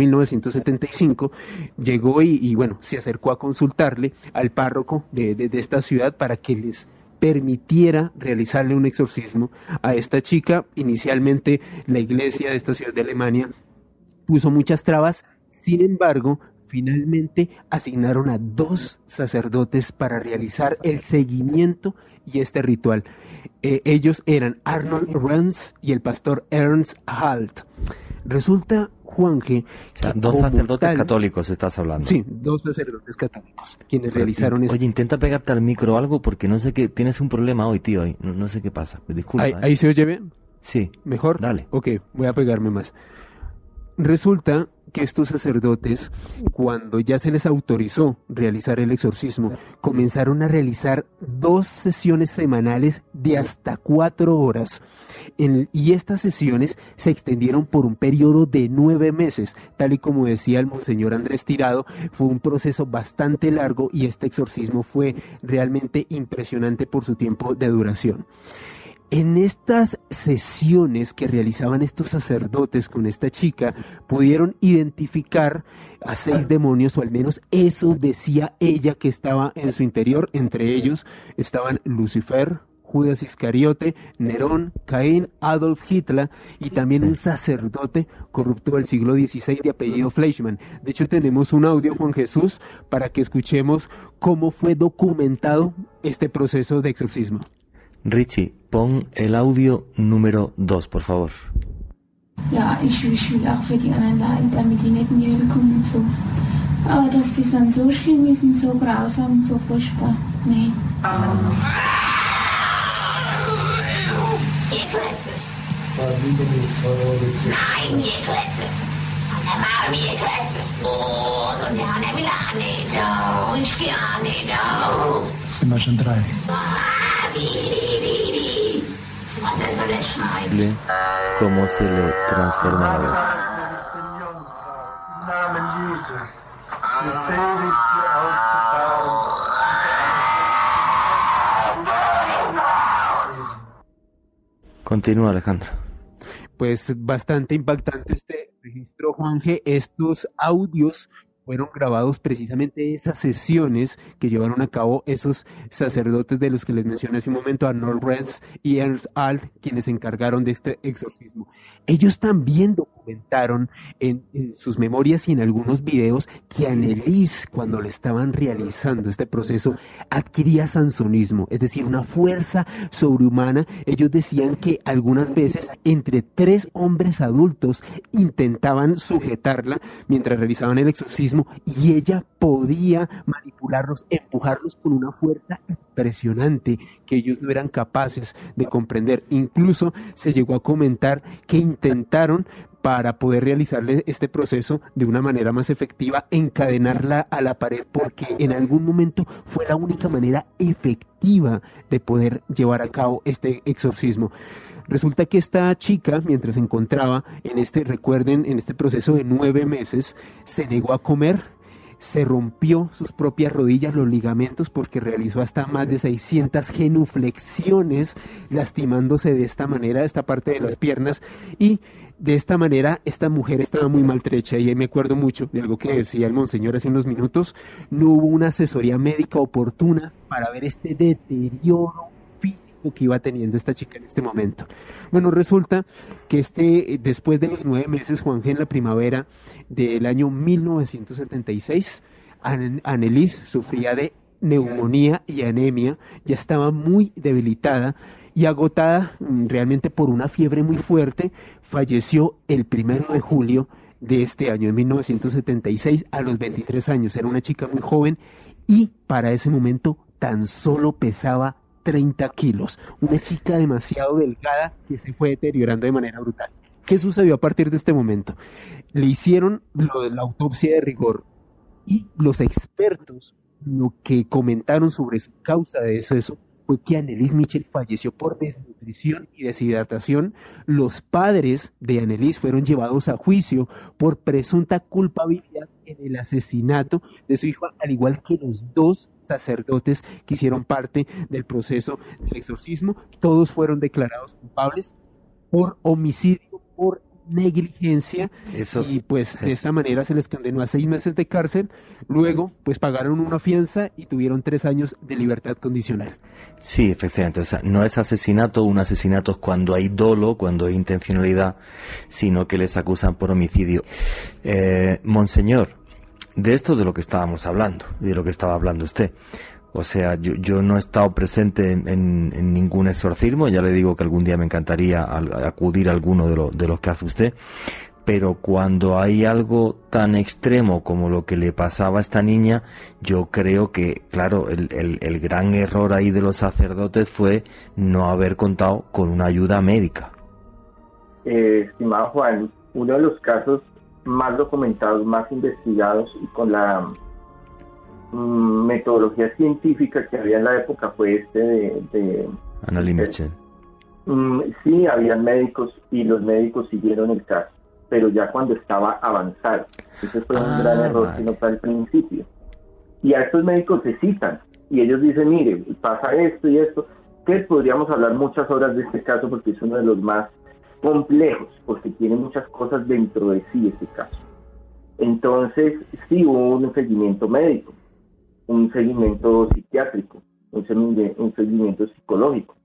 Speaker 9: 1975, llegó y bueno, se acercó a consultarle al párroco de esta ciudad para que les permitiera realizarle un exorcismo a esta chica. Inicialmente la iglesia de esta ciudad de Alemania puso muchas trabas, sin embargo, finalmente asignaron a 2 sacerdotes para realizar el seguimiento y este ritual. Ellos eran Arnold Renz y el pastor Ernst Halt. Resulta, Juanje,
Speaker 7: o sea, 2 sacerdotes católicos estás hablando.
Speaker 9: Sí, 2 sacerdotes católicos quienes realizaron esto.
Speaker 7: Oye, intenta pegarte al micro o algo porque no sé qué, tienes un problema hoy, tío, no sé qué pasa. Disculpa.
Speaker 9: ¿Ahí se oye bien?
Speaker 7: Sí.
Speaker 9: ¿Mejor?
Speaker 7: Dale.
Speaker 9: Ok, voy a pegarme más. Resulta que estos sacerdotes, cuando ya se les autorizó realizar el exorcismo, comenzaron a realizar 2 sesiones semanales de hasta 4 horas. Y estas sesiones se extendieron por un periodo de 9 meses. Tal y como decía el monseñor Andrés Tirado, fue un proceso bastante largo y este exorcismo fue realmente impresionante por su tiempo de duración. En estas sesiones que realizaban estos sacerdotes con esta chica, pudieron identificar a 6 demonios, o al menos eso decía ella que estaba en su interior. Entre ellos estaban Lucifer, Judas Iscariote, Nerón, Caín, Adolf Hitler y también un sacerdote corrupto del siglo XVI de apellido Fleischmann. De hecho, tenemos un audio, Juan Jesús, para que escuchemos cómo fue documentado este proceso de exorcismo.
Speaker 7: Richie, pon el audio número 2, por favor.
Speaker 15: Ja, ich will auch für die anderen Leute, damit die nicht näher kommen und so. Aber dass das dann so schlimm ist und so grausam und so furchtbar, nee.
Speaker 2: Nein, je Klötze. Und dann machen wir Klötze. Oh, so gerne will ich nicht. Oh, ich gehe nicht. Oh.
Speaker 16: Sind wir schon 3.
Speaker 7: Cómo se le transforma la voz. Continúa, Alejandro.
Speaker 9: Pues bastante impactante este registro, Juanje. Estos audios fueron grabados precisamente de esas sesiones que llevaron a cabo esos sacerdotes de los que les mencioné hace un momento, Arnold Renz y Ernst Alt, quienes se encargaron de este exorcismo. Ellos también documentaron en sus memorias y en algunos videos que Anneliese, cuando le estaban realizando este proceso, adquiría sansonismo, es decir, una fuerza sobrehumana. Ellos decían que algunas veces entre 3 hombres adultos intentaban sujetarla mientras realizaban el exorcismo, y ella podía manipularlos, empujarlos con una fuerza impresionante que ellos no eran capaces de comprender. Incluso se llegó a comentar que intentaron, para poder realizarle este proceso de una manera más efectiva, encadenarla a la pared, porque en algún momento fue la única manera efectiva de poder llevar a cabo este exorcismo. Resulta que esta chica, mientras se encontraba en este proceso de 9 meses, se negó a comer, se rompió sus propias rodillas, los ligamentos, porque realizó hasta más de 600 genuflexiones, lastimándose de esta manera esta parte de las piernas, y de esta manera esta mujer estaba muy maltrecha. Y ahí me acuerdo mucho de algo que decía el monseñor hace unos minutos: no hubo una asesoría médica oportuna para ver este deterioro que iba teniendo esta chica en este momento. Bueno, resulta que después de los 9 meses, Juanje, en la primavera del año 1976, Annelies sufría de neumonía y anemia, ya estaba muy debilitada y agotada realmente por una fiebre muy fuerte. Falleció el 1 de julio de este año, de 1976, a los 23 años. Era una chica muy joven y para ese momento tan solo pesaba 30 kilos, una chica demasiado delgada que se fue deteriorando de manera brutal. ¿Qué sucedió a partir de este momento? Le hicieron la autopsia de rigor y los expertos lo que comentaron sobre su causa de deceso fue que Annelies Michel falleció por desnutrición y deshidratación. Los padres de Annelies fueron llevados a juicio por presunta culpabilidad en el asesinato de su hijo, al igual que los 2 sacerdotes que hicieron parte del proceso del exorcismo. Todos fueron declarados culpables por homicidio, por negligencia, y pues de esta manera se les condenó a 6 meses de cárcel. Luego pues pagaron una fianza y tuvieron 3 años de libertad condicional.
Speaker 7: Sí, efectivamente, o sea, no es asesinato. Un asesinato es cuando hay dolo, cuando hay intencionalidad, sino que les acusan por homicidio. Monseñor, de esto de lo que estábamos hablando, de lo que estaba hablando usted, o sea, yo no he estado presente en ningún exorcismo. Ya le digo que algún día me encantaría acudir a alguno de los que hace usted, pero cuando hay algo tan extremo como lo que le pasaba a esta niña, yo creo que, claro, el gran error ahí de los sacerdotes fue no haber contado con una ayuda médica.
Speaker 10: Estimado Juan, uno de los casos más documentados, más investigados y con la metodología científica que había en la época fue de
Speaker 7: Annelies Michel.
Speaker 10: Sí, habían médicos y los médicos siguieron el caso, pero ya cuando estaba avanzado. Ese fue un gran error que no fue al principio. Y a estos médicos se citan y ellos dicen, mire, pasa esto y esto, que podríamos hablar muchas horas de este caso porque es uno de los más complejos, porque tiene muchas cosas dentro de sí este caso. Entonces, sí hubo un seguimiento médico, un seguimiento psiquiátrico, un seguimiento psicológico.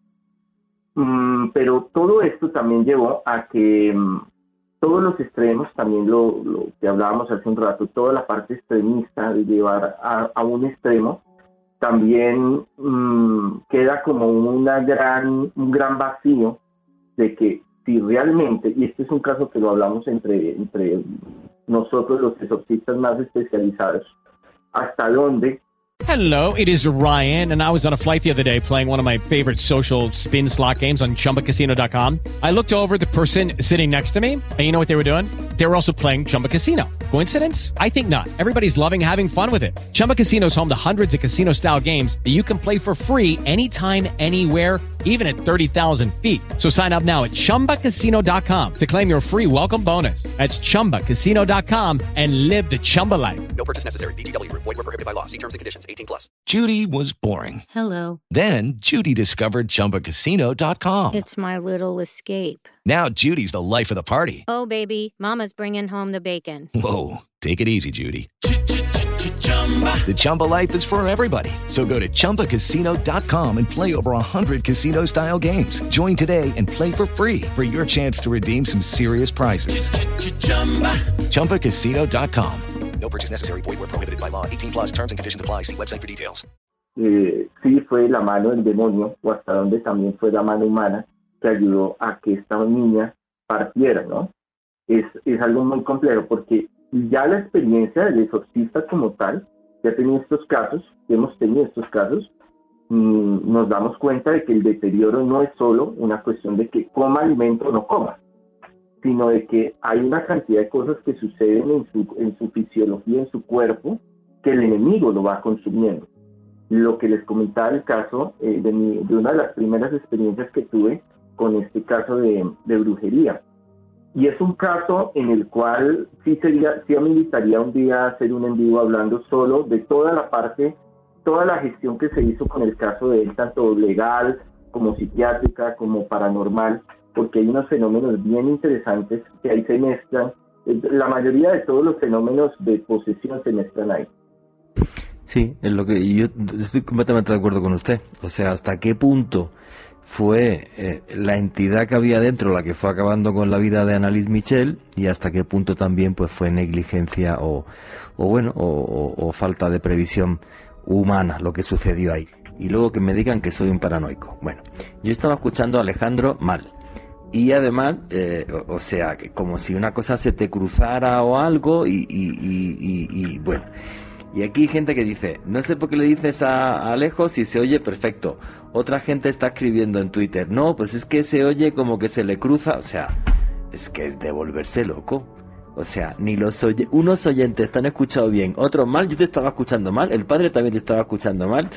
Speaker 10: Pero todo esto también llevó a que todos los extremos, también lo que hablábamos hace un rato, toda la parte extremista de llevar a un extremo, también queda como un gran vacío de que si realmente, y este es un caso que lo hablamos entre nosotros los exorcistas más especializados, hasta dónde.
Speaker 12: Hello, it is Ryan, and I was on a flight the other day playing one of my favorite social spin slot games on ChumbaCasino.com. I looked over at the person sitting next to me, and you know what they were doing? They were also playing Chumba Casino. Coincidence? I think not. Everybody's loving having fun with it. Chumba Casino is home to hundreds of casino-style games that you can play for free anytime, anywhere, even at 30,000 feet. So sign up now at ChumbaCasino.com to claim your free welcome bonus. That's ChumbaCasino.com and live the Chumba life.
Speaker 16: No purchase necessary. VGW. Void where prohibited by law. See terms and conditions. 18+. Judy was boring.
Speaker 17: Hello.
Speaker 16: Then Judy discovered ChumbaCasino.com.
Speaker 17: It's my little escape.
Speaker 16: Now Judy's the life of the party.
Speaker 17: Oh, baby, mama's bringing home the bacon.
Speaker 16: Whoa, take it easy, Judy. The Chumba life is for everybody. So go to ChumbaCasino.com and play over 100 casino-style games. Join today and play for free for your chance to redeem some serious prizes. ChumbaCasino.com.
Speaker 18: No purchase necessary. Void where prohibited by law. 18+. Terms and conditions apply. See website for details.
Speaker 10: Sí fue la mano del demonio, o hasta donde también fue la mano humana que ayudó a que esta niña partiera, ¿no? Es algo muy complejo porque ya la experiencia del exorcista como tal, ya hemos tenido estos casos, nos damos cuenta de que el deterioro no es solo una cuestión de que coma alimento o no coma, sino de que hay una cantidad de cosas que suceden en su fisiología, en su cuerpo, que el enemigo lo va consumiendo. Lo que les comentaba el caso de una de las primeras experiencias que tuve con este caso de brujería. Y es un caso en el cual sí ameritaría un día hacer un en vivo hablando solo de toda la gestión que se hizo con el caso de él, tanto legal como psiquiátrica, como paranormal, porque hay unos fenómenos bien interesantes que ahí se mezclan. La mayoría de todos los fenómenos de posesión se mezclan ahí.
Speaker 7: Sí, es lo que yo estoy completamente de acuerdo con usted. O sea, hasta qué punto fue la entidad que había dentro la que fue acabando con la vida de Annalise Michel, y hasta qué punto también pues fue negligencia o falta de previsión humana lo que sucedió ahí. Y luego que me digan que soy un paranoico. Bueno, yo estaba escuchando a Alejandro mal. Y además, o sea, que como si una cosa se te cruzara o algo y bueno. Y aquí hay gente que dice, no sé por qué le dices a Alejo si se oye perfecto. Otra gente está escribiendo en Twitter, no, pues es que se oye como que se le cruza. O sea, es que es de volverse loco. O sea, ni unos oyentes te han escuchado bien, otros mal. Yo te estaba escuchando mal, el padre también te estaba escuchando mal.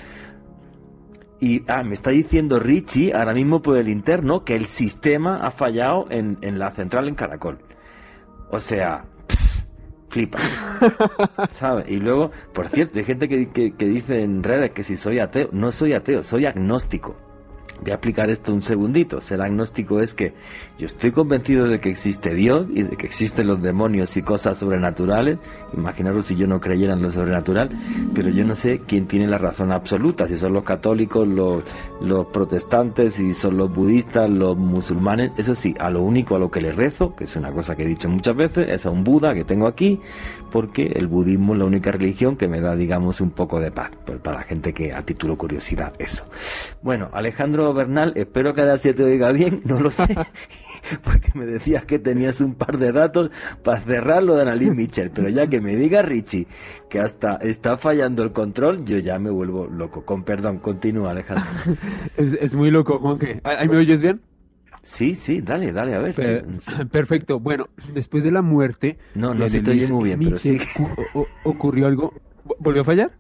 Speaker 7: Y me está diciendo Richie, ahora mismo por el interno, que el sistema ha fallado en la central en Caracol. O sea, flipa, ¿sabes? Y luego, por cierto, hay gente que dice en redes que si soy ateo. No soy ateo, soy agnóstico. Voy a explicar esto un segundito. Ser agnóstico es que yo estoy convencido de que existe Dios y de que existen los demonios y cosas sobrenaturales. Imaginaros si yo no creyera en lo sobrenatural, pero yo no sé quién tiene la razón absoluta, si son los católicos, los protestantes, si son los budistas, los musulmanes. Eso sí, a lo único a lo que le rezo, que es una cosa que he dicho muchas veces, es a un Buda que tengo aquí, porque el budismo es la única religión que me da, digamos, un poco de paz, pues para la gente que a título curiosidad, eso. Bueno, Alejandro Bernal, espero que ahora se te oiga bien, no lo sé, porque me decías que tenías un par de datos para cerrar lo de Annalise Michel, pero ya que me diga Richie que hasta está fallando el control, yo ya me vuelvo loco. Con perdón, continúa, Alejandro.
Speaker 9: Es muy loco, Juanque. ¿Ahí me oyes bien?
Speaker 7: Sí, dale, a ver.
Speaker 9: Perfecto. Bueno, después de la muerte...
Speaker 7: No se te oye muy bien,
Speaker 9: Michel,
Speaker 7: pero sí.
Speaker 9: Ocurrió algo... ¿Volvió a fallar?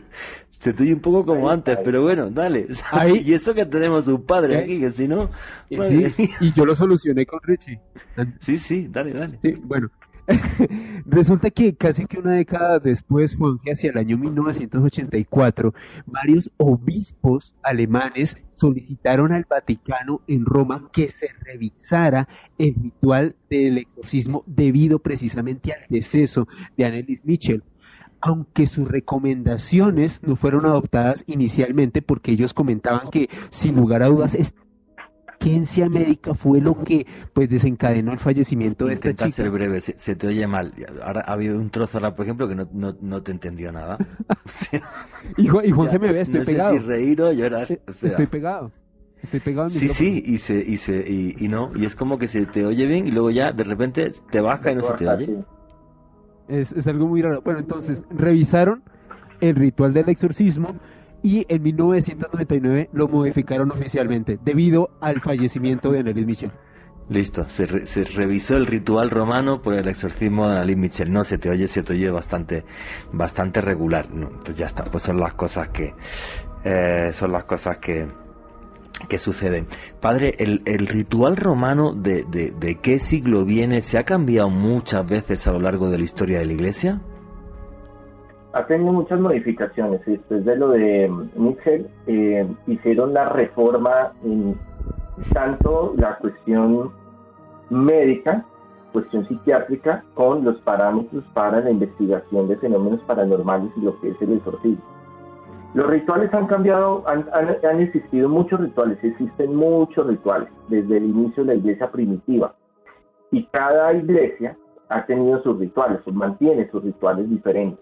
Speaker 7: Se te oye un poco como antes, pero bueno, dale.
Speaker 9: Ahí.
Speaker 7: Y eso que tenemos un padre aquí, que si no...
Speaker 9: Sí, y yo lo solucioné con Richie.
Speaker 7: Sí, dale.
Speaker 9: Sí, bueno. Resulta que casi que una década después, Juanque, hacia el año 1984, varios obispos alemanes solicitaron al Vaticano en Roma que se revisara el ritual del exorcismo debido precisamente al deceso de Annalise Michel, aunque sus recomendaciones no fueron adoptadas inicialmente porque ellos comentaban que, sin lugar a dudas, negligencia médica fue lo que pues desencadenó el fallecimiento de esta chica.
Speaker 7: Ser breve, se te oye mal. Ahora ha habido un trozo ahora, por ejemplo, que no te entendió nada. O sea,
Speaker 9: y Juan, que me ve, estoy pegado.
Speaker 7: No sé si reír o llorar. O sea,
Speaker 9: estoy pegado en
Speaker 7: sí, y no, y es como que se te oye bien y luego ya de repente te baja y no se te oye.
Speaker 9: Es algo muy raro. Bueno, entonces revisaron el ritual del exorcismo y en 1999 lo modificaron oficialmente debido al fallecimiento de Annalise Michel.
Speaker 7: Listo, se revisó el ritual romano por el exorcismo de Annalise Michel. No, se te oye bastante regular. No, pues ya está, pues son las cosas que suceden. Padre, el ritual romano de qué siglo viene, ¿se ha cambiado muchas veces a lo largo de la historia de la Iglesia?
Speaker 10: Ha tenido muchas modificaciones. Después de lo de Michel, hicieron la reforma en tanto la cuestión médica, cuestión psiquiátrica, con los parámetros para la investigación de fenómenos paranormales y lo que es el exorcismo. Los rituales han cambiado, han existido muchos rituales, existen muchos rituales desde el inicio de la iglesia primitiva, y cada iglesia ha tenido sus rituales, o mantiene sus rituales diferentes.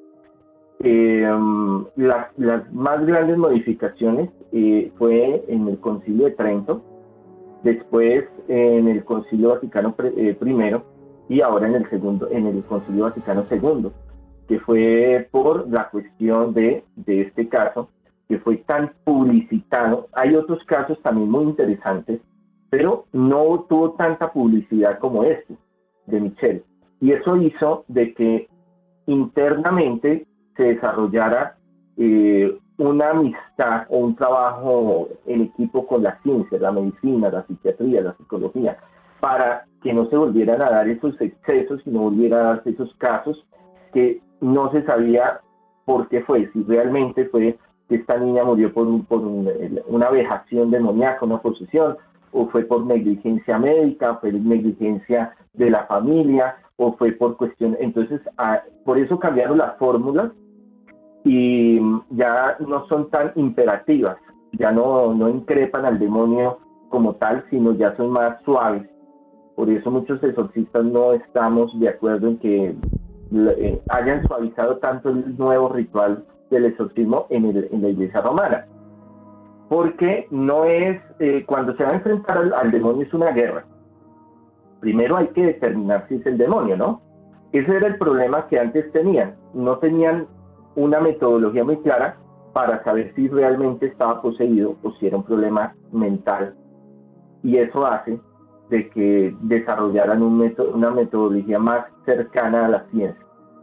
Speaker 10: Las más grandes modificaciones fue en el Concilio de Trento, después en el Concilio Vaticano I y ahora en el Concilio Vaticano II, que fue por la cuestión de este caso, que fue tan publicitado. Hay otros casos también muy interesantes, pero no tuvo tanta publicidad como este, de Michel. Y eso hizo de que internamente se desarrollara una amistad o un trabajo en equipo con la ciencia, la medicina, la psiquiatría, la psicología, para que no se volvieran a dar esos excesos y no volviera a darse esos casos que no se sabía por qué fue, si realmente fue que esta niña murió por una vejación demoníaca, una posesión, o fue por negligencia médica, fue negligencia de la familia, o fue por cuestión. Entonces, por eso cambiaron las fórmulas y ya no son tan imperativas, ya no increpan al demonio como tal, sino ya son más suaves. Por eso muchos exorcistas no estamos de acuerdo en que hayan suavizado tanto el nuevo ritual del exorcismo en la Iglesia romana. Porque no es, cuando se va a enfrentar al demonio es una guerra. Primero hay que determinar si es el demonio, ¿no? Ese era el problema que antes tenían. No tenían una metodología muy clara para saber si realmente estaba poseído o si era un problema mental. Y eso hace de que desarrollaran una metodología más cercana a la ciencia.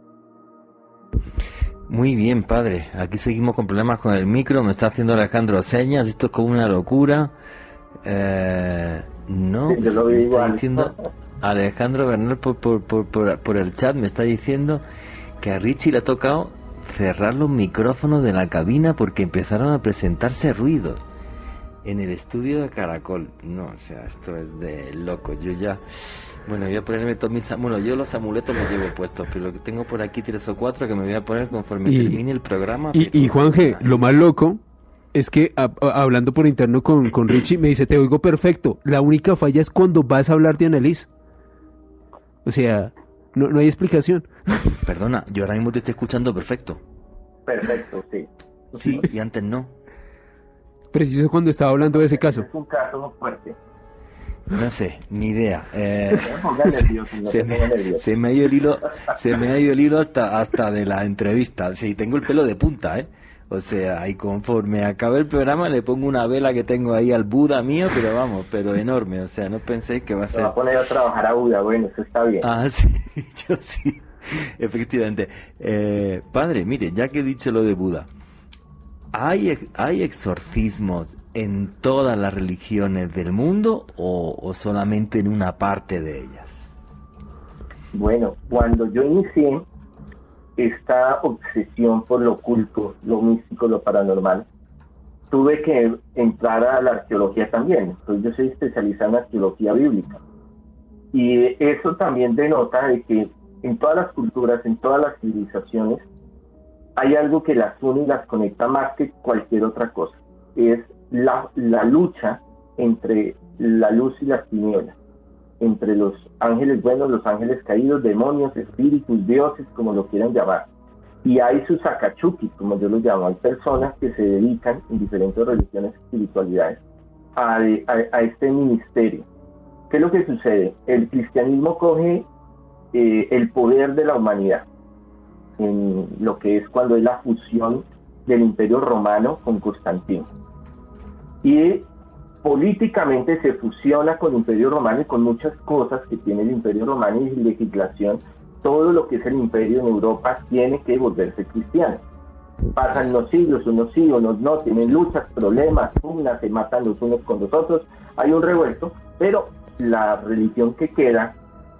Speaker 7: Muy bien, padre. Aquí seguimos con problemas con el micro. Me está haciendo Alejandro señas. Esto es como una locura. No,
Speaker 10: sí, yo lo
Speaker 7: me
Speaker 10: vi
Speaker 7: está
Speaker 10: igual.
Speaker 7: diciendo Alejandro Bernal por el chat. Me está diciendo que a Richie le ha tocado cerrar los micrófonos de la cabina porque empezaron a presentarse ruidos en el estudio de Caracol. No, o sea, esto es de loco. Yo ya... Bueno, voy a ponerme todos mis... Bueno, yo los amuletos los llevo puestos, pero lo que tengo por aquí 3 o 4 que me voy a poner conforme termine el programa.
Speaker 9: Y Juanje, lo más loco es que hablando por interno con Richie, me dice, te oigo perfecto. La única falla es cuando vas a hablar de Annelies. O sea, no hay explicación.
Speaker 7: Perdona, yo ahora mismo te estoy escuchando perfecto.
Speaker 10: Perfecto, sí.
Speaker 7: Sí, y antes no.
Speaker 9: Preciso cuando estaba hablando de ese caso.
Speaker 10: Es un caso muy fuerte.
Speaker 7: No sé, ni idea.
Speaker 10: Se
Speaker 7: me ha ido el hilo hasta de la entrevista. Sí, tengo el pelo de punta, ¿eh? O sea, y conforme acabe el programa le pongo una vela que tengo ahí al Buda mío, pero vamos, pero enorme. O sea, no penséis que va a ser...
Speaker 10: Me va a poner a trabajar a Buda, bueno, eso está bien.
Speaker 7: Ah, sí, yo sí, efectivamente. Padre, mire, ya que he dicho lo de Buda, ¿hay exorcismos en todas las religiones del mundo o solamente en una parte de ellas?
Speaker 10: Bueno, cuando yo inicié esta obsesión por lo oculto, lo místico, lo paranormal, tuve que entrar a la arqueología también. Entonces yo soy especializado en arqueología bíblica. Y eso también denota de que en todas las culturas, en todas las civilizaciones, hay algo que las une y las conecta más que cualquier otra cosa. Es la lucha entre la luz y las tinieblas, entre los ángeles buenos, los ángeles caídos, demonios, espíritus, dioses, como lo quieran llamar. Y hay sus akachukis, como yo los llamo. Hay personas que se dedican en diferentes religiones y espiritualidades a este ministerio. ¿Qué es lo que sucede? El cristianismo coge el poder de la humanidad, en lo que es cuando es la fusión del Imperio Romano con Constantino. Y políticamente se fusiona con el Imperio Romano y con muchas cosas que tiene el Imperio Romano y legislación. Todo lo que es el imperio en Europa tiene que volverse cristiano. Pasan los siglos, unos sí, unos no, tienen luchas, problemas, pugnas, se matan los unos con los otros, hay un revuelto, pero la religión que queda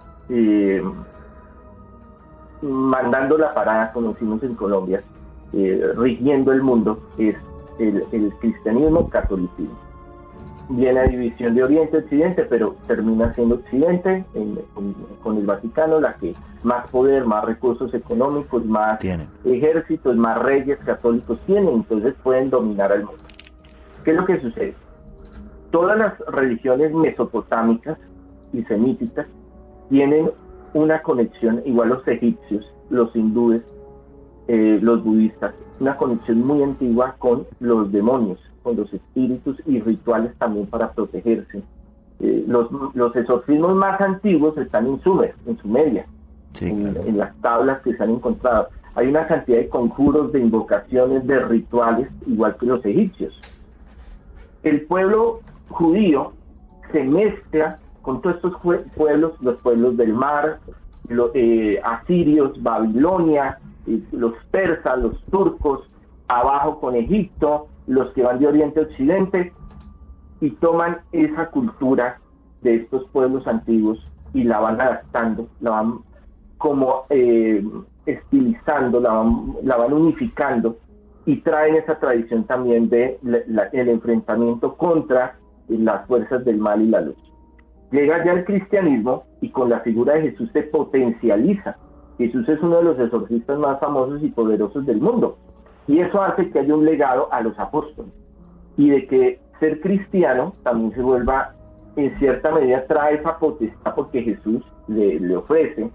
Speaker 10: mandando la parada, como decimos en Colombia, rigiendo el mundo, es el cristianismo, catolicismo. Viene a división de Oriente y Occidente, pero termina siendo Occidente con el Vaticano la que más poder, más recursos económicos, más ejércitos, más reyes católicos tienen, entonces pueden dominar al mundo. ¿Qué es lo que sucede? Todas las religiones mesopotámicas y semíticas tienen una conexión, igual los egipcios, los hindúes, los budistas, una conexión muy antigua con los demonios, con los espíritus y rituales también para protegerse. Los exorcismos más antiguos están en Sumeria, sí, en las tablas que se han encontrado. Hay una cantidad de conjuros, de invocaciones, de rituales, igual que los egipcios. El pueblo judío se mezcla con todos estos pueblos, los pueblos del mar, los asirios, Babilonia, los persas, los turcos, abajo con Egipto, los que van de Oriente a Occidente, y toman esa cultura de estos pueblos antiguos y la van adaptando, la van como estilizando, la van unificando, y traen esa tradición también de el enfrentamiento contra las fuerzas del mal y la luz. Llega ya el cristianismo y con la figura de Jesús se potencializa. Jesús es uno de los exorcistas más famosos y poderosos del mundo, y eso hace que haya un legado a los apóstoles, y de que ser cristiano también se vuelva, en cierta medida, trae esa potestad, porque Jesús le ofrece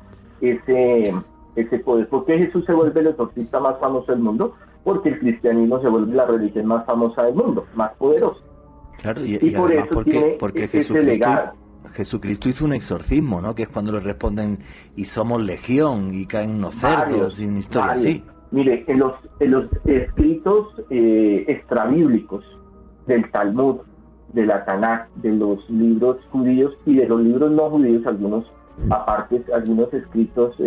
Speaker 10: ese poder. ¿Por qué Jesús se vuelve el exorcista más famoso del mundo? Porque el cristianismo se vuelve la religión más famosa del mundo, más poderosa.
Speaker 7: Claro, y
Speaker 10: por
Speaker 7: además
Speaker 10: eso
Speaker 7: porque
Speaker 10: ese legado.
Speaker 7: Jesucristo hizo un exorcismo, ¿no? Que es cuando le responden, y somos legión, y caen unos cerdos, y una historia así.
Speaker 10: Mire, en los escritos extrabíblicos del Talmud, de la Tanaj, de los libros judíos y de los libros no judíos, algunos escritos,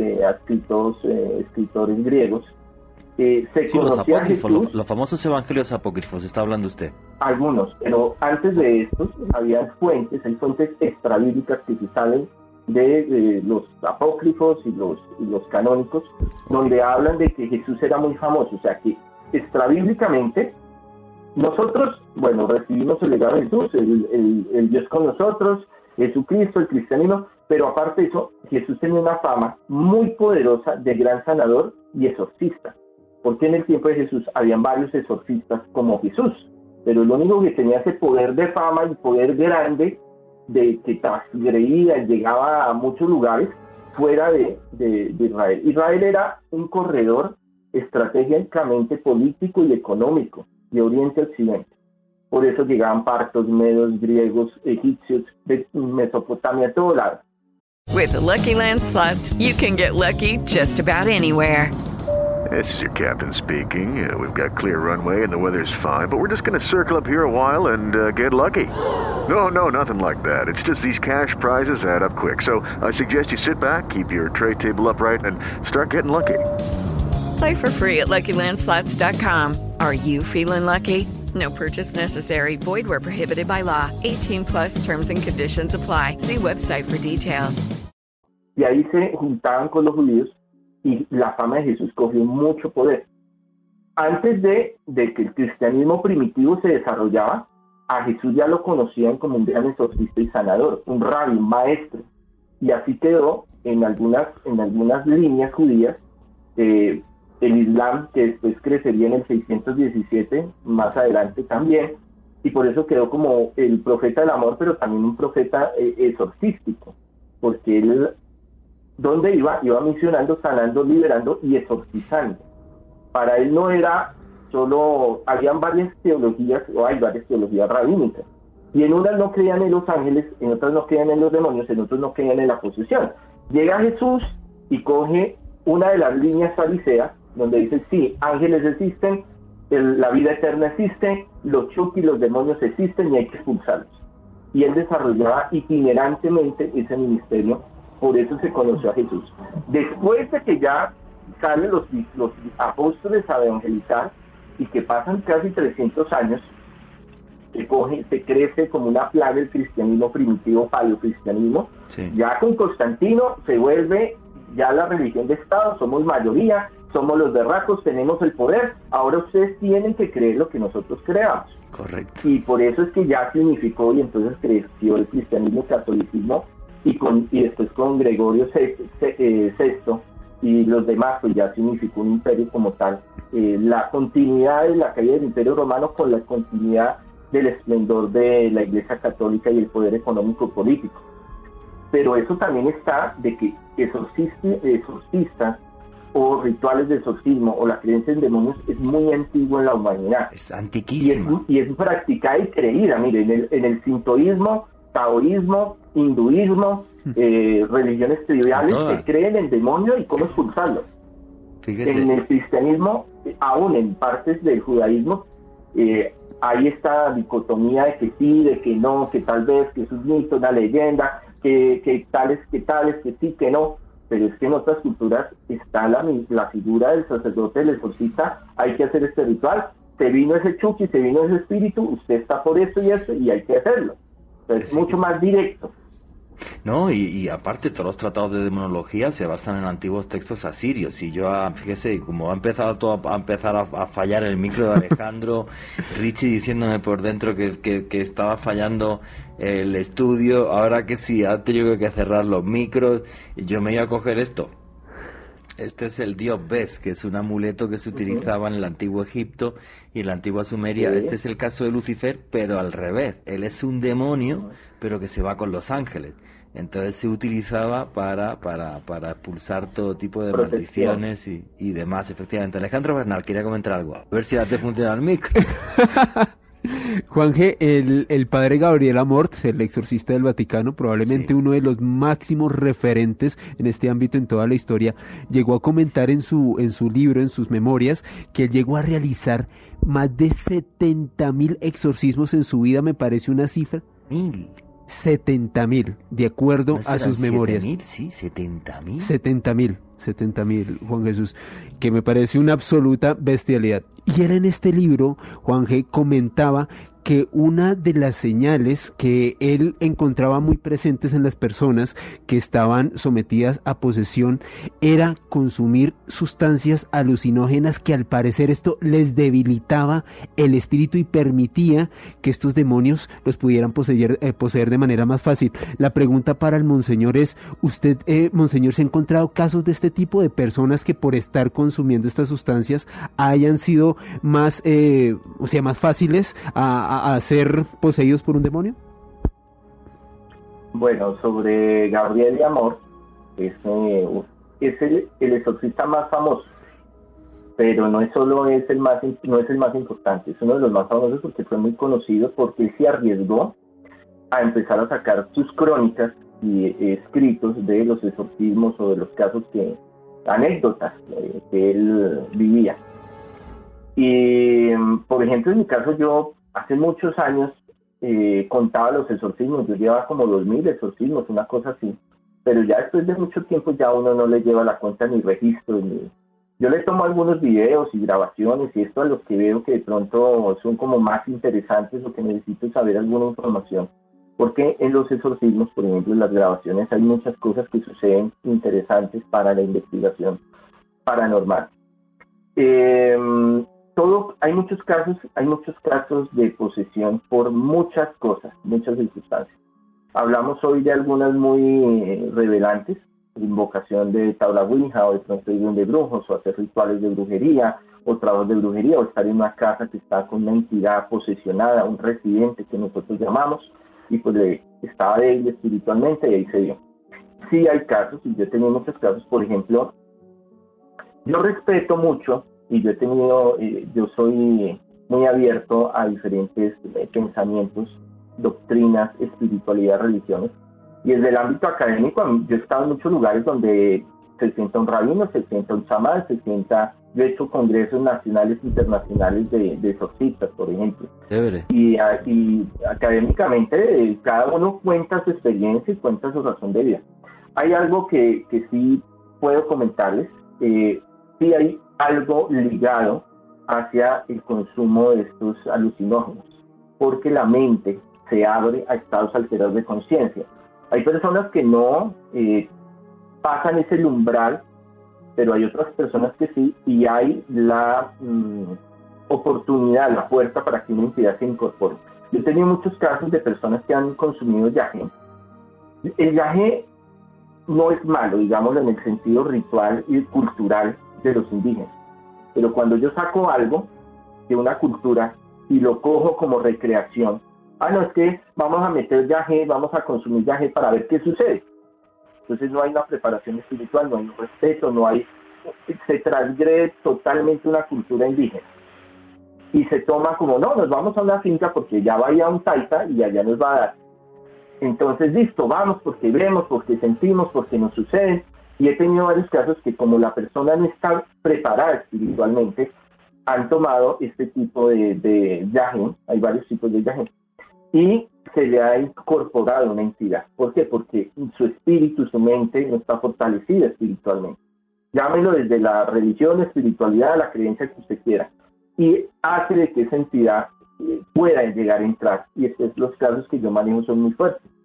Speaker 10: escritores griegos, se conocía a Jesús.
Speaker 7: Los famosos evangelios apócrifos, ¿está hablando usted?
Speaker 10: Algunos, pero antes de estos hay fuentes extrabíblicas que se salen de los apócrifos y los canónicos, donde hablan de que Jesús era muy famoso. O sea que extrabíblicamente nosotros, recibimos el legado de Jesús, el Dios con nosotros, Jesucristo, el cristianismo, pero aparte de eso, Jesús tenía una fama muy poderosa de gran sanador y exorcista, porque en el tiempo de Jesús habían varios exorcistas como Jesús, pero el único que tenía ese poder de fama y poder grande de que transgredía, llegaba a muchos lugares fuera de Israel. Israel era un corredor estratégicamente político y económico de Oriente a Occidente. Por eso llegaban partos, medos, griegos, egipcios, de Mesopotamia, a todo lado.
Speaker 13: With the Lucky Land Slots, you can get lucky just about anywhere.
Speaker 14: This is your captain speaking. We've got clear runway and the weather's fine, but we're just going to circle up here a while and get lucky. No, nothing like that. It's just these cash prizes add up quick. So I suggest you sit back, keep your tray table upright, and start getting lucky.
Speaker 13: Play for free at LuckyLandSlots.com. Are you feeling lucky? No purchase necessary. Void where prohibited by law. 18 plus terms and conditions apply. See website for details.
Speaker 10: Y ahí se juntaban con los judíos y la fama de Jesús cogió mucho poder. Antes de que el cristianismo primitivo se desarrollaba, a Jesús ya lo conocían como un gran exorcista y sanador, un rabí, un maestro. Y así quedó en algunas líneas judías. El Islam, que después crecería en el 617, más adelante también, y por eso quedó como el profeta del amor, pero también un profeta exorcístico, porque él, ¿dónde iba? Iba misionando, sanando, liberando y exorcizando. Para él no era solo, habían varias teologías, o hay varias teologías rabínicas, y en unas no creían en los ángeles, en otras no creían en los demonios, en otras no creían en la posesión. Llega Jesús y coge una de las líneas fariseas, donde dice, sí, ángeles existen, la vida eterna existe, los chuki, los demonios existen y hay que expulsarlos. Y él desarrollaba itinerantemente ese ministerio, por eso se conoció a Jesús. Después de que ya salen los apóstoles a evangelizar y que pasan casi 300 años, se crece como una plaga el cristianismo primitivo, paleocristianismo. Sí. Ya con Constantino se vuelve ya la religión de Estado, somos mayoría, somos los berracos, tenemos el poder, ahora ustedes tienen que creer lo que nosotros creamos.
Speaker 7: Correcto.
Speaker 10: Y por eso es que ya significó, y entonces creció el cristianismo, catolicismo, y después con Gregorio VI y los demás, pues ya significó un imperio como tal. La continuidad de la caída del Imperio Romano con la continuidad del esplendor de la Iglesia Católica y el poder económico y político. Pero eso también está de que exorcistas o rituales de exorcismo o la creencia en demonios es muy antiguo en la humanidad.
Speaker 7: Es antiquísima.
Speaker 10: Y es practicada y creída. Mire, en el sintoísmo, taoísmo, hinduismo, religiones tribales que creen en demonio y cómo expulsarlo.
Speaker 7: Fíjese.
Speaker 10: En el cristianismo, aún en partes del judaísmo, hay esta dicotomía de que sí, de que no, que tal vez, que es un mito, una leyenda, que tales, que sí, que no. Pero es que en otras culturas está la figura del sacerdote, del exorcista, hay que hacer este ritual, se vino ese chuki, se vino ese espíritu, usted está por esto y hay que hacerlo. Entonces, es mucho más directo.
Speaker 7: No, y aparte todos los tratados de demonología se basan en antiguos textos asirios. Y yo, fíjese, como ha empezado a fallar el micro de Alejandro, Richie diciéndome por dentro que estaba fallando el estudio, ahora que sí, ha tenido que cerrar los micros, y yo me iba a coger esto. Este es el dios Bes, que es un amuleto que se utilizaba en el antiguo Egipto y en la antigua Sumeria. Este es el caso de Lucifer, pero al revés. Él es un demonio, pero que se va con los ángeles. Entonces se utilizaba para expulsar todo tipo de maldiciones y demás, efectivamente. Alejandro Bernal, quería comentar algo. A ver si ya te funciona el micro.
Speaker 9: Juanje, el padre Gabriel Amort, el exorcista del Vaticano, probablemente uno de los máximos referentes en este ámbito en toda la historia, llegó a comentar en su libro, en sus memorias, que él llegó a realizar más de 70,000 exorcismos en su vida. Me parece una cifra. 70,000, de acuerdo a sus memorias.
Speaker 7: 70,000, sí, 70,000.
Speaker 9: 70,000, Juan Jesús, que me parece una absoluta bestialidad. Y él en este libro, Juan G., comentaba que una de las señales que él encontraba muy presentes en las personas que estaban sometidas a posesión era consumir sustancias alucinógenas, que al parecer esto les debilitaba el espíritu y permitía que estos demonios los pudieran poseer de manera más fácil. La pregunta para el monseñor es, ¿usted, monseñor, se ha encontrado casos de este tipo de personas que por estar consumiendo estas sustancias hayan sido más, más fáciles a ser poseídos por un demonio?
Speaker 10: Bueno, sobre Gabriel de Amor, es el exorcista más famoso, pero no es el más importante, es uno de los más famosos porque fue muy conocido, porque él se arriesgó a empezar a sacar sus crónicas y escritos de los exorcismos o de los casos anécdotas que él vivía. Y, por ejemplo, en mi caso, yo hace muchos años contaba los exorcismos. Yo llevaba como 2,000 exorcismos, una cosa así. Pero ya después de mucho tiempo ya uno no le lleva la cuenta ni registros. Yo le tomo algunos videos y grabaciones y esto a los que veo que de pronto son como más interesantes o que necesito saber alguna información. Porque en los exorcismos, por ejemplo, en las grabaciones hay muchas cosas que suceden interesantes para la investigación paranormal. Hay muchos casos de posesión por muchas cosas, muchas circunstancias. Hablamos hoy de algunas muy revelantes, invocación de tabla ouija, o de pronto ir de brujos, o hacer rituales de brujería, o trabajos de brujería, o estar en una casa que está con una entidad posesionada, un residente que nosotros llamamos, y pues estaba débil espiritualmente y ahí se dio. Sí hay casos, y yo he tenido muchos casos. Por ejemplo, yo respeto mucho y yo soy muy abierto a diferentes pensamientos, doctrinas, espiritualidad, religiones. Y desde el ámbito académico, yo he estado en muchos lugares donde se sienta un rabino, se sienta un chamán, yo he hecho congresos nacionales e internacionales de exorcistas, por ejemplo. Y académicamente cada uno cuenta su experiencia y cuenta su razón de vida. Hay algo que sí puedo comentarles. Sí hay algo ligado hacia el consumo de estos alucinógenos, porque la mente se abre a estados alterados de conciencia. Hay personas que no pasan ese umbral, pero hay otras personas que sí, y hay la oportunidad, la puerta para que una entidad se incorpore. Yo he tenido muchos casos de personas que han consumido yagé. El yagé no es malo, digámoslo, en el sentido ritual y cultural de los indígenas, pero cuando yo saco algo de una cultura y lo cojo como recreación, no, es que vamos a meter yagé, vamos a consumir yagé para ver qué sucede. Entonces no hay una preparación espiritual, no hay un respeto, se transgrede totalmente una cultura indígena. Y se toma como, no, nos vamos a una finca porque ya va a ir a un taita y allá nos va a dar. Entonces, listo, vamos porque vemos, porque sentimos, porque nos sucede. Y he tenido varios casos que, como la persona no está preparada espiritualmente, han tomado este tipo de yagé, hay varios tipos de yagé, y se le ha incorporado una entidad. ¿Por qué? Porque su espíritu, su mente no está fortalecida espiritualmente. Llámelo desde la religión, la espiritualidad, la creencia que usted quiera. Y hace de que esa entidad pueda llegar a entrar. Y estos los casos que yo manejo son muy fuertes.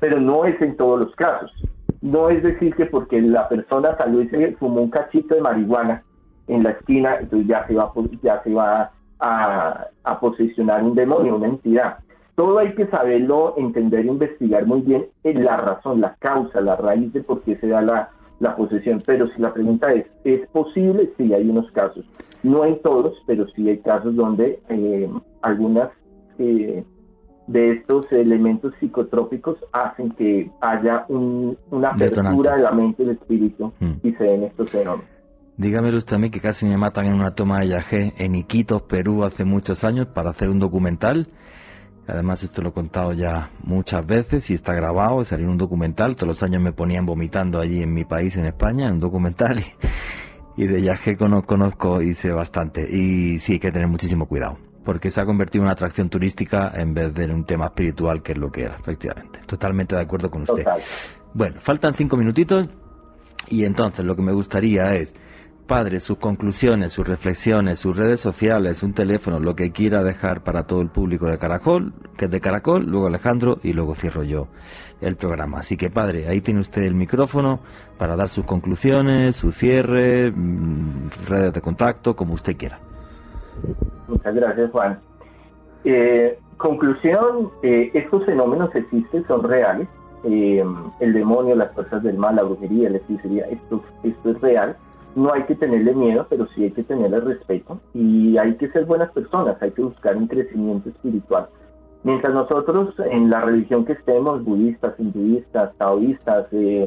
Speaker 10: pero no es en todos los casos. No es decir que porque la persona salió y se fumó un cachito de marihuana en la esquina, entonces ya se va a posesionar un demonio, una entidad. Todo hay que saberlo, entender e investigar muy bien la razón, la causa, la raíz de por qué se da la posesión. Pero si la pregunta ¿es posible? Sí, hay unos casos. No en todos, pero sí hay casos donde algunas de estos elementos psicotrópicos hacen que haya una apertura de la mente y del espíritu y se den estos fenómenos.
Speaker 7: Dígamelo usted a mí, que casi me matan en una toma de yagé en Iquitos, Perú, hace muchos años para hacer un documental. Además, esto lo he contado ya muchas veces y está grabado, salió en un documental. Todos los años me ponían vomitando allí en mi país, en España, en un documental. Y de yagé conozco y sé bastante. Y sí, hay que tener muchísimo cuidado, porque se ha convertido en una atracción turística en vez de en un tema espiritual, que es lo que era, efectivamente. Totalmente de acuerdo con usted.
Speaker 10: Total.
Speaker 7: Bueno, faltan 5 minutitos y entonces lo que me gustaría es, padre, sus conclusiones, sus reflexiones, sus redes sociales, un teléfono, lo que quiera dejar para todo el público de Caracol, que es de Caracol, luego Alejandro y luego cierro yo el programa. Así que, padre, ahí tiene usted el micrófono para dar sus conclusiones, su cierre, redes de contacto, como usted quiera.
Speaker 10: Muchas gracias, Juan. Conclusión, estos fenómenos existen, son reales. El demonio, las fuerzas del mal, la brujería, la hechicería, esto es real. No hay que tenerle miedo, pero sí hay que tenerle respeto y hay que ser buenas personas, hay que buscar un crecimiento espiritual. Mientras nosotros en la religión que estemos, budistas, hinduistas, taoístas,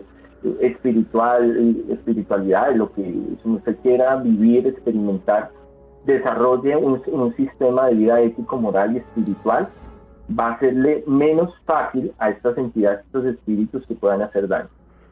Speaker 10: espiritualidad, lo que usted quiera vivir, experimentar, desarrolle un sistema de vida ético, moral y espiritual, va a serle menos fácil a estas entidades, estos espíritus que puedan hacer daño.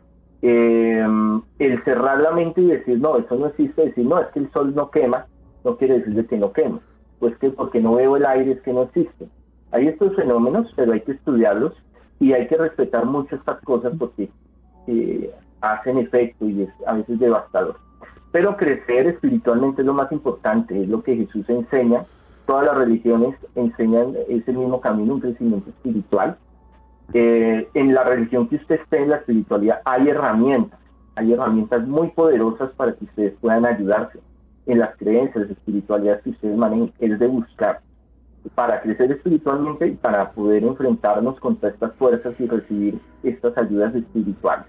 Speaker 10: El cerrar la mente y decir no, eso no existe, decir no, es que el sol no quema, no quiere decir de que no quema, pues que porque no veo el aire es que no existe. Hay estos fenómenos, pero hay que estudiarlos y hay que respetar mucho estas cosas porque hacen efecto y es a veces devastador. Pero crecer espiritualmente es lo más importante, es lo que Jesús enseña. Todas las religiones enseñan ese mismo camino, un crecimiento espiritual. En la religión que usted esté, en la espiritualidad, hay herramientas muy poderosas para que ustedes puedan ayudarse en las creencias, espiritualidades que ustedes manejen. Es de buscar para crecer espiritualmente y para poder enfrentarnos contra estas fuerzas y recibir estas ayudas espirituales.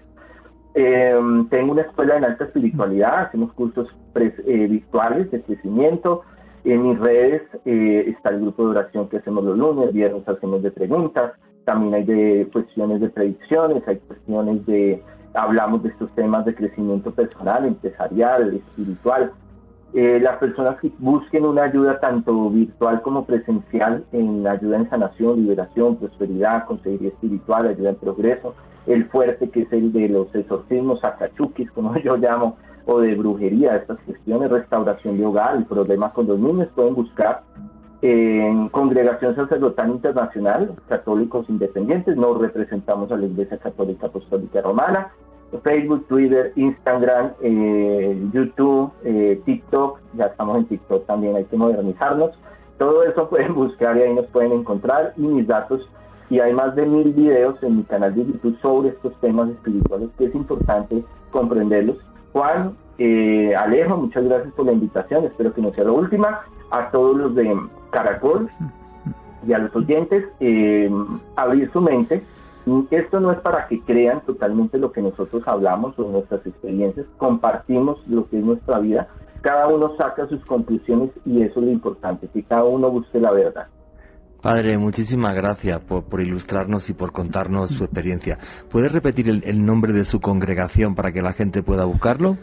Speaker 10: Tengo una escuela en alta espiritualidad, hacemos cursos virtuales de crecimiento. En mis redes está el grupo de oración que hacemos los lunes, viernes hacemos de preguntas. También hay de cuestiones de predicciones, hay cuestiones hablamos de estos temas de crecimiento personal, empresarial, espiritual. Las personas que busquen una ayuda tanto virtual como presencial, en ayuda en sanación, liberación, prosperidad, consejería espiritual, ayuda en progreso, el fuerte que es el de los exorcismos, sacachukis, como yo llamo, o de brujería, estas cuestiones, restauración de hogar, el problema con los niños, pueden buscar en Congregación Sacerdotal Internacional, Católicos Independientes. Nos representamos a la Iglesia Católica Apostólica Romana. Facebook, Twitter, Instagram, YouTube, TikTok, ya estamos en TikTok también, hay que modernizarnos. Todo eso pueden buscar y ahí nos pueden encontrar, y mis datos, y hay más de 1000 videos en mi canal de YouTube sobre estos temas espirituales que es importante comprenderlos. Juan, Alejo, muchas gracias por la invitación, espero que no sea la última. A todos los de Caracol y a los oyentes, abrir su mente. Esto no es para que crean totalmente lo que nosotros hablamos o nuestras experiencias, compartimos lo que es nuestra vida, cada uno saca sus conclusiones y eso es lo importante, que cada uno busque la verdad.
Speaker 7: Padre, muchísimas gracias por ilustrarnos y por contarnos su experiencia. ¿Puede repetir el nombre de su congregación para que la gente pueda buscarlo?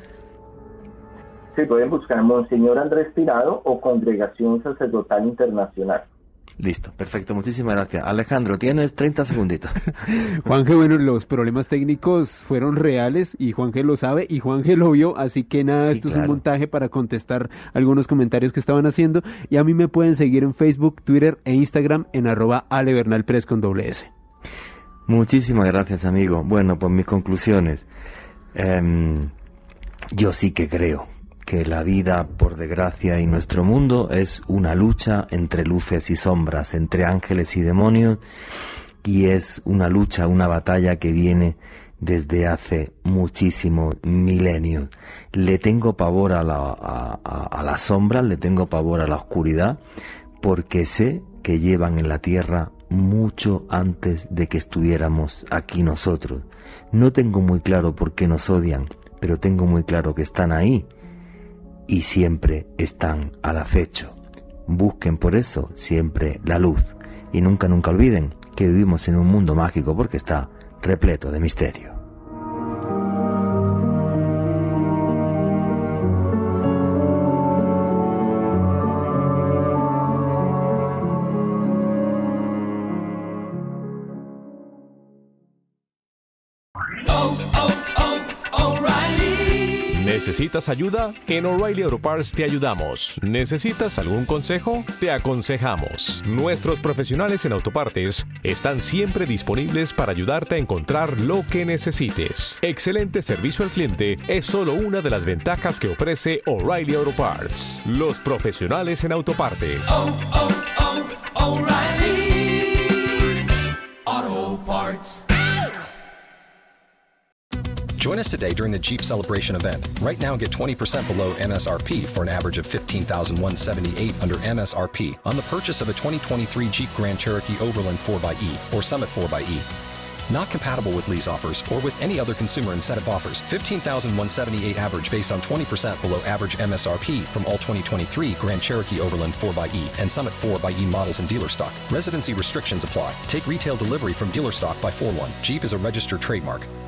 Speaker 10: Se pueden buscar Monseñor Andrés Tirado o Congregación Sacerdotal Internacional.
Speaker 7: Listo, perfecto, muchísimas gracias. Alejandro, tienes 30 segunditos.
Speaker 9: Juanje, bueno, los problemas técnicos fueron reales y Juanje lo sabe y Juanje lo vio, así que nada, sí, esto claro. Es un montaje para contestar algunos comentarios que estaban haciendo, y a mí me pueden seguir en Facebook, Twitter e Instagram en @alebernalpress con @.
Speaker 7: Muchísimas gracias, amigo. Bueno, pues mis conclusiones. Yo sí que creo que la vida, por desgracia, y nuestro mundo es una lucha entre luces y sombras, entre ángeles y demonios, y es una lucha, una batalla que viene desde hace muchísimos milenios. Le tengo pavor a las sombras, le tengo pavor a la oscuridad, porque sé que llevan en la tierra mucho antes de que estuviéramos aquí nosotros. No tengo muy claro por qué nos odian, pero tengo muy claro que están ahí y siempre están al acecho. Busquen por eso siempre la luz y nunca olviden que vivimos en un mundo mágico porque está repleto de misterio.
Speaker 19: ¿Necesitas ayuda? En O'Reilly Auto Parts te ayudamos. ¿Necesitas algún consejo? Te aconsejamos. Nuestros profesionales en autopartes están siempre disponibles para ayudarte a encontrar lo que necesites. Excelente servicio al cliente es solo una de las ventajas que ofrece O'Reilly Auto Parts. Los profesionales en autopartes.
Speaker 20: O'Reilly Auto Parts.
Speaker 21: Join us today during the Jeep Celebration event. Right now, get 20% below MSRP for an average of $15,178 under MSRP on the purchase of a 2023 Jeep Grand Cherokee Overland 4xE or Summit 4xE. Not compatible with lease offers or with any other consumer incentive offers. $15,178 average based on 20% below average MSRP from all 2023 Grand Cherokee Overland 4xE and Summit 4xE models in dealer stock. Residency restrictions apply. Take retail delivery from dealer stock by 4/1. Jeep is a registered trademark.